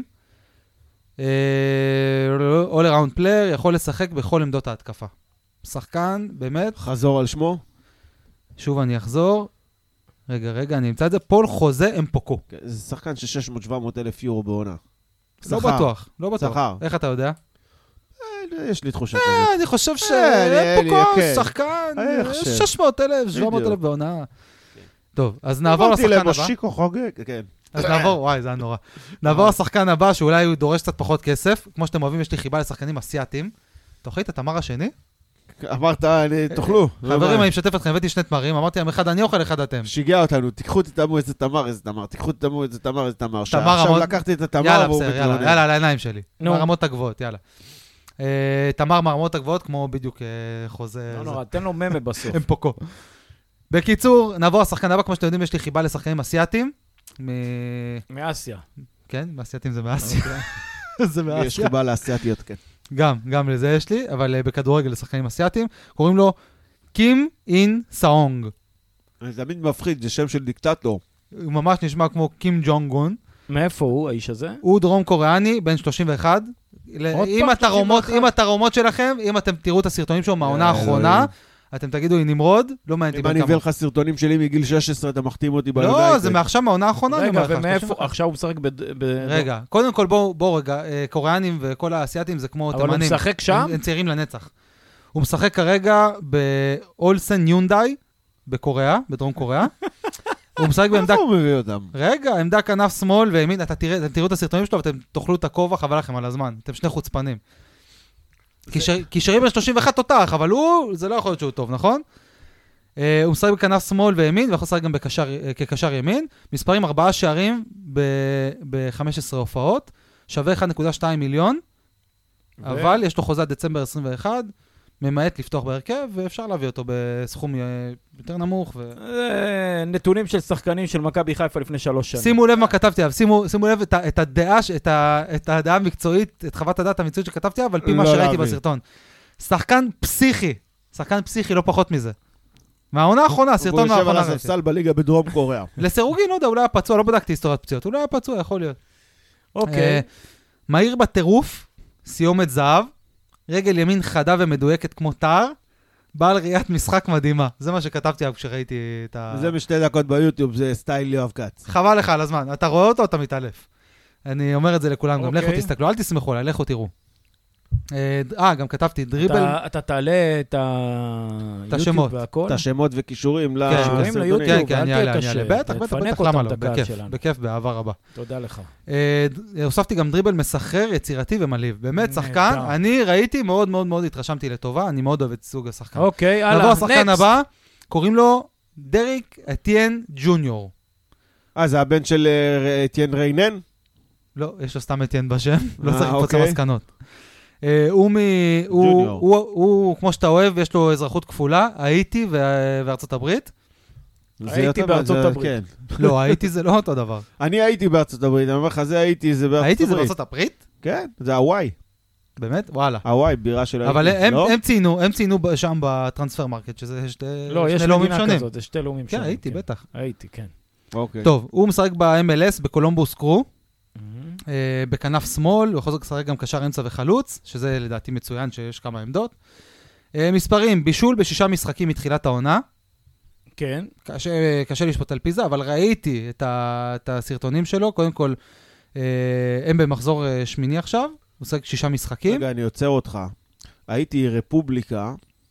all around player, יכול לשחק בכל עמדות ההתקפה. שחקן, באמת. חזור על שמו. שוב אני אחזור. רגע, רגע, אני אמצא את זה. פול חוזה אמפוקו. זה שחקן של שש מאות שבע מאות אלף יורו בעונה. לא בטוח, לא בטוח. שכר. איך אתה יודע? יש לי תחושה כזאת. אני חושב שאמפוקו, שחקן, שש מאות אלף, שבע מאות אלף בעונה. טוב, אז נעבור לשחקן הבא. אמרתי למושיקו חוגג, כן. אז נעבור, וואי, זה היה נורא. נעבור לשחקן הבא, שאולי הוא דורש קצת פחות כסף. כמו שאתם אוהבים, יש לי חיבה לשחקנים אסיאטיים. תאכלי את התמר השני? אמרת, תאכלו. חברים, אני משתף אתכם, הבאתי שני תמרים, אמרתי להם, אחד אני אוכל, אחד אתם. שיגע אותנו, תיקחו תתאמו איזה תמר, איזה תמר, תיקחו תתאמו איזה תמר, איזה תמר. תמר עכשיו לקחתי את התמר, יאללה, בסדר, יאללה, יאללה, על העיניים שלי. מהרמות הגבוהות, יאללה. תמר מהרמות הגבוהות, כמו בדיוק חוזה... לא נורא, תן לו ממה בסוף. אמפוקו. בקיצור, נעבור לשחקן הבא, כמו שאתם יודעים, יש לי חיבה לשחקנים אסיאטיים. מאסיה. כן, מאסייתים זה מאסיה. זה מאסיה. יש חיבה לאסייתיות, כן. גם, גם לזה יש לי, אבל בכדורגל לשחקנים אסיאטיים, קוראים לו קים אין סאונג. זה תמיד מפחיד, זה שם של דיקטטור. הוא ממש נשמע כמו קים ג'ונג און. מאיפה הוא, האיש הזה? הוא דרום קוריאני, בן שלושים ואחת. אם התרומות שלכם, אם אתם תראו את הסרטונים שלו מהעונה האחרונה, אתם תגידו, היא נמרוד, לא מעניין אם אני אביא לך סרטונים שלי מגיל שש עשרה, אתה מחתים אותי ביונייטד. לא, זה מעכשיו מהעונה האחרונה. רגע, ומאיפה, עכשיו הוא משחק ב... רגע, קודם כל בואו רגע, קוריאנים וכל האסייתים זה כמו תימנים. אבל הוא משחק שם? הם צעירים לנצח. הוא משחק כרגע באולסן יונדאי, בקוריאה, בדרום קוריאה. הוא משחק בעמדה... איפה הוא מביא אותם? רגע, עמדה כנף שמאל וימין, אתם תראו את הסרטונים שלו ואתם תאכלו את הכובע, חבל לכם על הזמן. אתם שני חוצפנים. קישרים בין שלושים ואחת תותח, אבל הוא, זה לא יכול להיות שהוא טוב, נכון? הוא משחק בכנף שמאל וימין, ויכול לשחק גם כקשר ימין. מספרים ארבעה שערים ב-חמש עשרה הופעות, שווה אחד נקודה שתיים מיליון, אבל יש לו חוזה דצמבר עשרים ואחת, ממעט לפתוח בהרכב, ואפשר להביא אותו בסכום יותר נמוך. נתונים של שחקנים של מכבי חיפה לפני שלוש שנים. שימו לב מה כתבתי, שימו לב את הדעה, את הדעה המקצועית, את חוות הדעת המקצועית שכתבתי, אבל פי מה שראיתי בסרטון. שחקן פסיכי, שחקן פסיכי, לא פחות מזה. מהעונה האחרונה, הסרטון מהאחרונה. הוא יושב על הספסל בליגה בדרום קוריאה. לסירוגי, לא יודע, אולי היה פצוע, לא בדקתי היסטוריית פציעות, אולי היה פצוע, יכול להיות. אוקיי. מהיר בטירוף, סיומת זהב, רגל ימין חדה ומדויקת כמו תאר, בעל ראיית משחק מדהימה. זה מה שכתבתי כשראיתי את ה... זה משתי דקות ביוטיוב, זה סטייל יואב כץ. חבל לך על הזמן. אתה רואה אותו, אתה מתעלף. אני אומר את זה לכולם, גם לכו תסתכלו, אל תסמכו עליי, לכו תראו. אה, גם כתבתי דריבל. אתה תעלה את היוטיוב והכל? את השמות וקישורים קישורים ליוטיוב, כן, כן, אני אעלה, אני אעלה. בטח, בטח, בטח, למה לא? בכיף, בכיף, באהבה רבה. תודה לך. הוספתי גם דריבל מסחרר, יצירתי ומלהיב. באמת, שחקן, אני ראיתי, מאוד מאוד מאוד התרשמתי לטובה, אני מאוד אוהב את סוג השחקן. אוקיי, הלאה, נבוא השחקן הבא, קוראים לו דריק אטיאן ג'וניור. אה, זה הבן של אטיאן ריינן? לא, יש לו סתם אטיאן בשם, לא צריך לקפוץ למסקנות. הוא, מ... הוא, הוא, הוא, כמו שאתה אוהב, יש לו אזרחות כפולה, האיטי וארצות הברית. הייתי בארצות הברית. לא, האיטי זה לא אותו דבר. אני הייתי בארצות הברית, אני אומר לך, זה הייתי, זה בארצות הברית. הייתי זה בארצות הברית? כן, זה הוואי. באמת? וואלה. הוואי, בירה של הייתי. אבל הם ציינו, הם ציינו שם בטרנספר מרקט, שזה שני לאומים שונים. כזאת, זה שתי לאומים שונים. כן, הייתי, בטח. הייתי, כן. טוב, הוא משחק ב-אם אל אס בקולומבוס קרו. בכנף שמאל, הוא יכול לשחק גם קשר אמצע וחלוץ, שזה לדעתי מצוין שיש כמה עמדות. מספרים, בישול בשישה משחקים מתחילת העונה. כן. קשה, קשה לשפוט על פיזה, אבל ראיתי את, ה, את הסרטונים שלו. קודם כל, הם במחזור שמיני עכשיו, הוא משחק שישה משחקים. רגע, אני עוצר אותך. הייתי רפובליקה,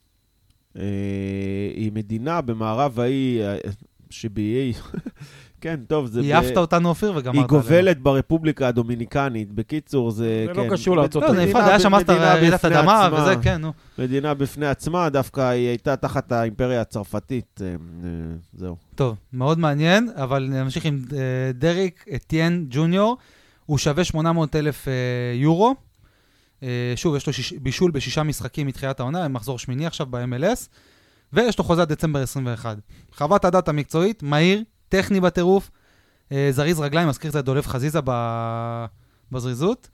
היא מדינה במערב האי, שביעי... כן, טוב, זה... היא אהבת אותנו אופיר וגמרת עלינו. היא גובלת ברפובליקה הדומיניקנית. בקיצור, זה... זה לא קשור לארצות. לא, זה נפרד, היה שם רעידת אדמה וזה, כן, נו. מדינה בפני עצמה, דווקא היא הייתה תחת האימפריה הצרפתית. זהו. טוב, מאוד מעניין, אבל נמשיך עם דריק אטיאן ג'וניור. הוא שווה שמונה מאות אלף יורו. שוב, יש לו בישול בשישה משחקים מתחילת העונה, מחזור שמיני עכשיו ב-אם אל אס. ויש לו חוזה דצמבר עשרים ואחת. חוות הדעת המקצועית, מהיר, טכני בטירוף, זריז רגליים, מזכיר את דולב חזיזה בזריזות,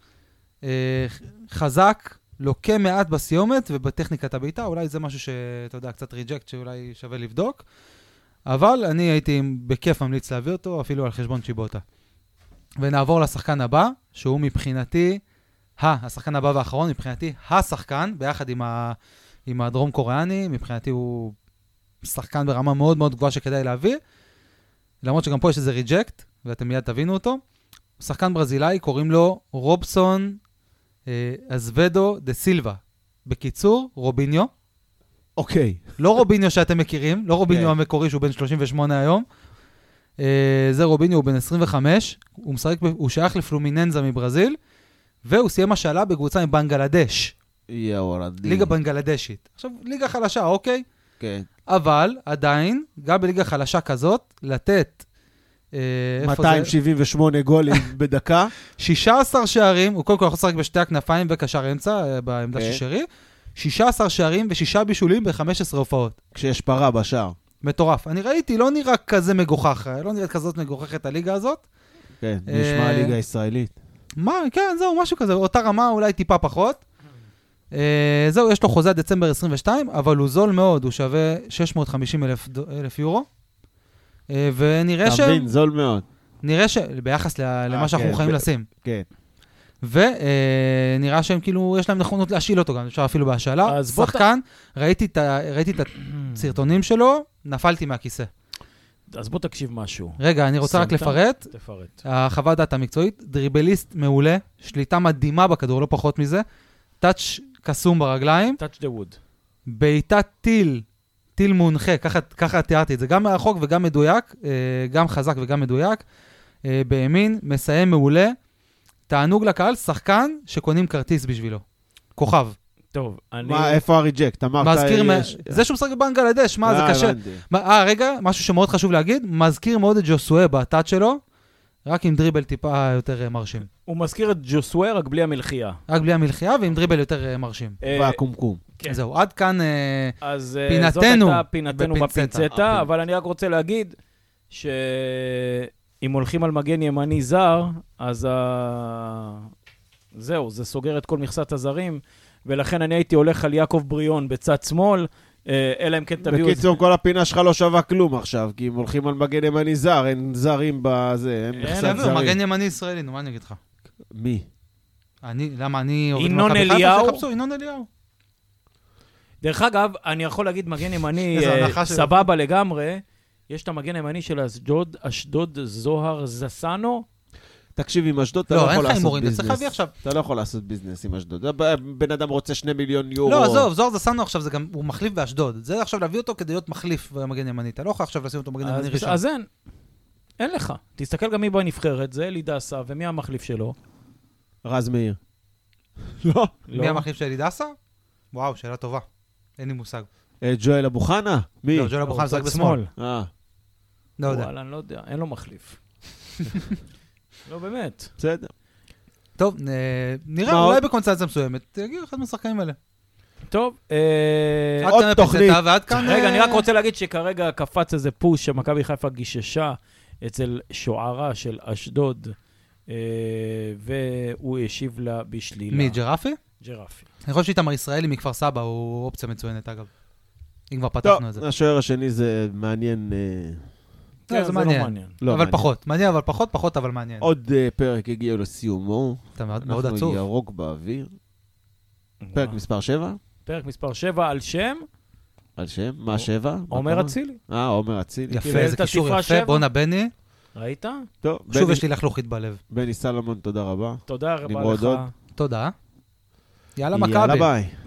חזק, לוקה מעט בסיומת ובטכניקת הביתה, אולי זה משהו שאתה יודע, קצת ריג'קט שאולי שווה לבדוק, אבל אני הייתי בכיף ממליץ להביא אותו, אפילו על חשבון צ'יבוטה. ונעבור לשחקן הבא, שהוא מבחינתי, השחקן הבא והאחרון, מבחינתי השחקן, ביחד עם, ה, עם הדרום קוריאני, מבחינתי הוא שחקן ברמה מאוד מאוד גבוהה שכדאי להביא, למרות שגם פה יש איזה ריג'קט, ואתם מיד תבינו אותו. שחקן ברזילאי, קוראים לו רובסון אה, אזוודו דה סילבה. בקיצור, רוביניו. אוקיי. לא רוביניו שאתם מכירים, לא רוביניו okay. המקורי שהוא בן שלושים ושמונה היום. אה, זה רוביניו, הוא בן עשרים וחמש, הוא, משחק, הוא שייך לפלומיננזה מברזיל, והוא סיים השאלה בקבוצה עם בנגלדש. יאורדי. ליגה בנגלדשית. עכשיו, ליגה חלשה, אוקיי? כן. אבל עדיין, גם בליגה חלשה כזאת, לתת... מאתיים שבעים ושמונה גולים בדקה. שישה עשר שערים, הוא קודם כל יכול לשחק בשתי הכנפיים וקשר אמצע, בעמדה ששרי. שישה עשר שערים ושישה בישולים ב-חמש עשרה הופעות. כשיש פרה בשער. מטורף. אני ראיתי, לא נראה כזה מגוחך, לא נראית כזאת מגוחכת הליגה הזאת. כן, נשמע הליגה הישראלית. מה, כן, זהו, משהו כזה. אותה רמה, אולי טיפה פחות. זהו, יש לו חוזה דצמבר עשרים ושתיים, אבל הוא זול מאוד, הוא שווה שש מאות וחמישים אלף יורו. ונראה ש... תבין, זול מאוד. נראה ש... ביחס למה שאנחנו חייבים לשים. כן. ונראה שהם כאילו, יש להם נכונות להשאיל אותו גם, אפשר אפילו בהשאלה. שחקן, ראיתי את הסרטונים שלו, נפלתי מהכיסא. אז בוא תקשיב משהו. רגע, אני רוצה רק לפרט. תפרט. החוות דעת המקצועית, דריבליסט מעולה, שליטה מדהימה בכדור, לא פחות מזה, טאץ' קסום ברגליים. טאץ' דה ווד. בעיטת טיל, טיל מונחה, ככה, ככה תיארתי את זה, גם מהרחוק וגם מדויק, גם חזק וגם מדויק, בימין, מסיים מעולה, תענוג לקהל, שחקן שקונים כרטיס בשבילו. כוכב. טוב, אני... מה, איפה הריג'קט? אמרת... מזכיר... זה שהוא משחק בבנגלדש, מה, זה קשה. אה, רגע, משהו שמאוד חשוב להגיד, מזכיר מאוד את ג'וסואה בטאץ' שלו, רק עם דריבל טיפה יותר מרשים. הוא מזכיר את ג'וסואה רק בלי המלחייה. רק בלי המלחייה ועם דריבל יותר מרשים. והקומקום. זהו, עד כאן אז פינתנו. זאת הייתה פינתנו בפינצטה, אבל אני רק רוצה להגיד שאם הולכים על מגן ימני זר, אז זהו, זה סוגר את כל מכסת הזרים, ולכן אני הייתי הולך על יעקב בריאון בצד שמאל, אלא אם כן תביאו... בקיצור, כל הפינה שלך לא שווה כלום עכשיו, כי אם הולכים על מגן ימני זר, אין זרים בזה, אין מכסת זרים. מגן ימני ישראלי, נו, מה אני אגיד לך? מי? אני, למה אני... ינון אליהו? ינון אליהו. דרך אגב, אני יכול להגיד מגן ימני סבבה לגמרי, יש את המגן הימני של אשדוד, אשדוד זוהר זסנו. תקשיב, עם אשדוד אתה לא יכול לעשות ביזנס. אתה לא יכול לעשות ביזנס עם אשדוד. בן אדם רוצה שני מיליון יורו. לא, עזוב, זוהר זסנו עכשיו, הוא מחליף באשדוד. זה עכשיו להביא אותו כדי להיות מחליף במגן ימני. אתה לא יכול עכשיו לשים אותו במגן ימני ראשון. אז אין. אין לך. תסתכל גם מי בנבחרת, זה אלי דסה, ומי המחליף שלו? רז מאיר. לא. מי המחליף של אלי דסה? וואו, שאלה טובה. אין לי מושג. ג'ואל אבו חנה? מי? לא, ג'ואל אבו חנה זה בשמאל. אה. לא יודע. וואלה, אני לא יודע, אין לו מחליף. לא, באמת. בסדר. טוב, נראה, אולי בקונסטנציה מסוימת, תגיעו אחד מהשחקנים האלה. טוב, עוד תוכנית. רגע, אני רק רוצה להגיד שכרגע קפץ איזה פוש שמכבי חיפה גיששה אצל שוערה של אשדוד, והוא השיב לה בשלילה. מי, ג'רפי? ג'רפי. אני חושב שאיתמר ישראלי מכפר סבא, הוא אופציה מצוינת, אגב. אם כבר פתחנו את זה. טוב, השוער השני זה מעניין... לא, זה מעניין. אבל פחות. מעניין, אבל פחות, פחות, אבל מעניין. עוד פרק הגיע לסיומו. אתה מאוד עצוב. אנחנו ירוק באוויר. פרק מספר שבע. פרק מספר שבע על שם? על שם? מה שבע? עומר אצילי. אה, עומר אצילי. יפה, זה קישור יפה. בונה בני. ראית? טוב. שוב יש לי לחלוכית בלב. בני סלומון, תודה רבה. תודה רבה לך. תודה. יאללה מכבי. יאללה ביי.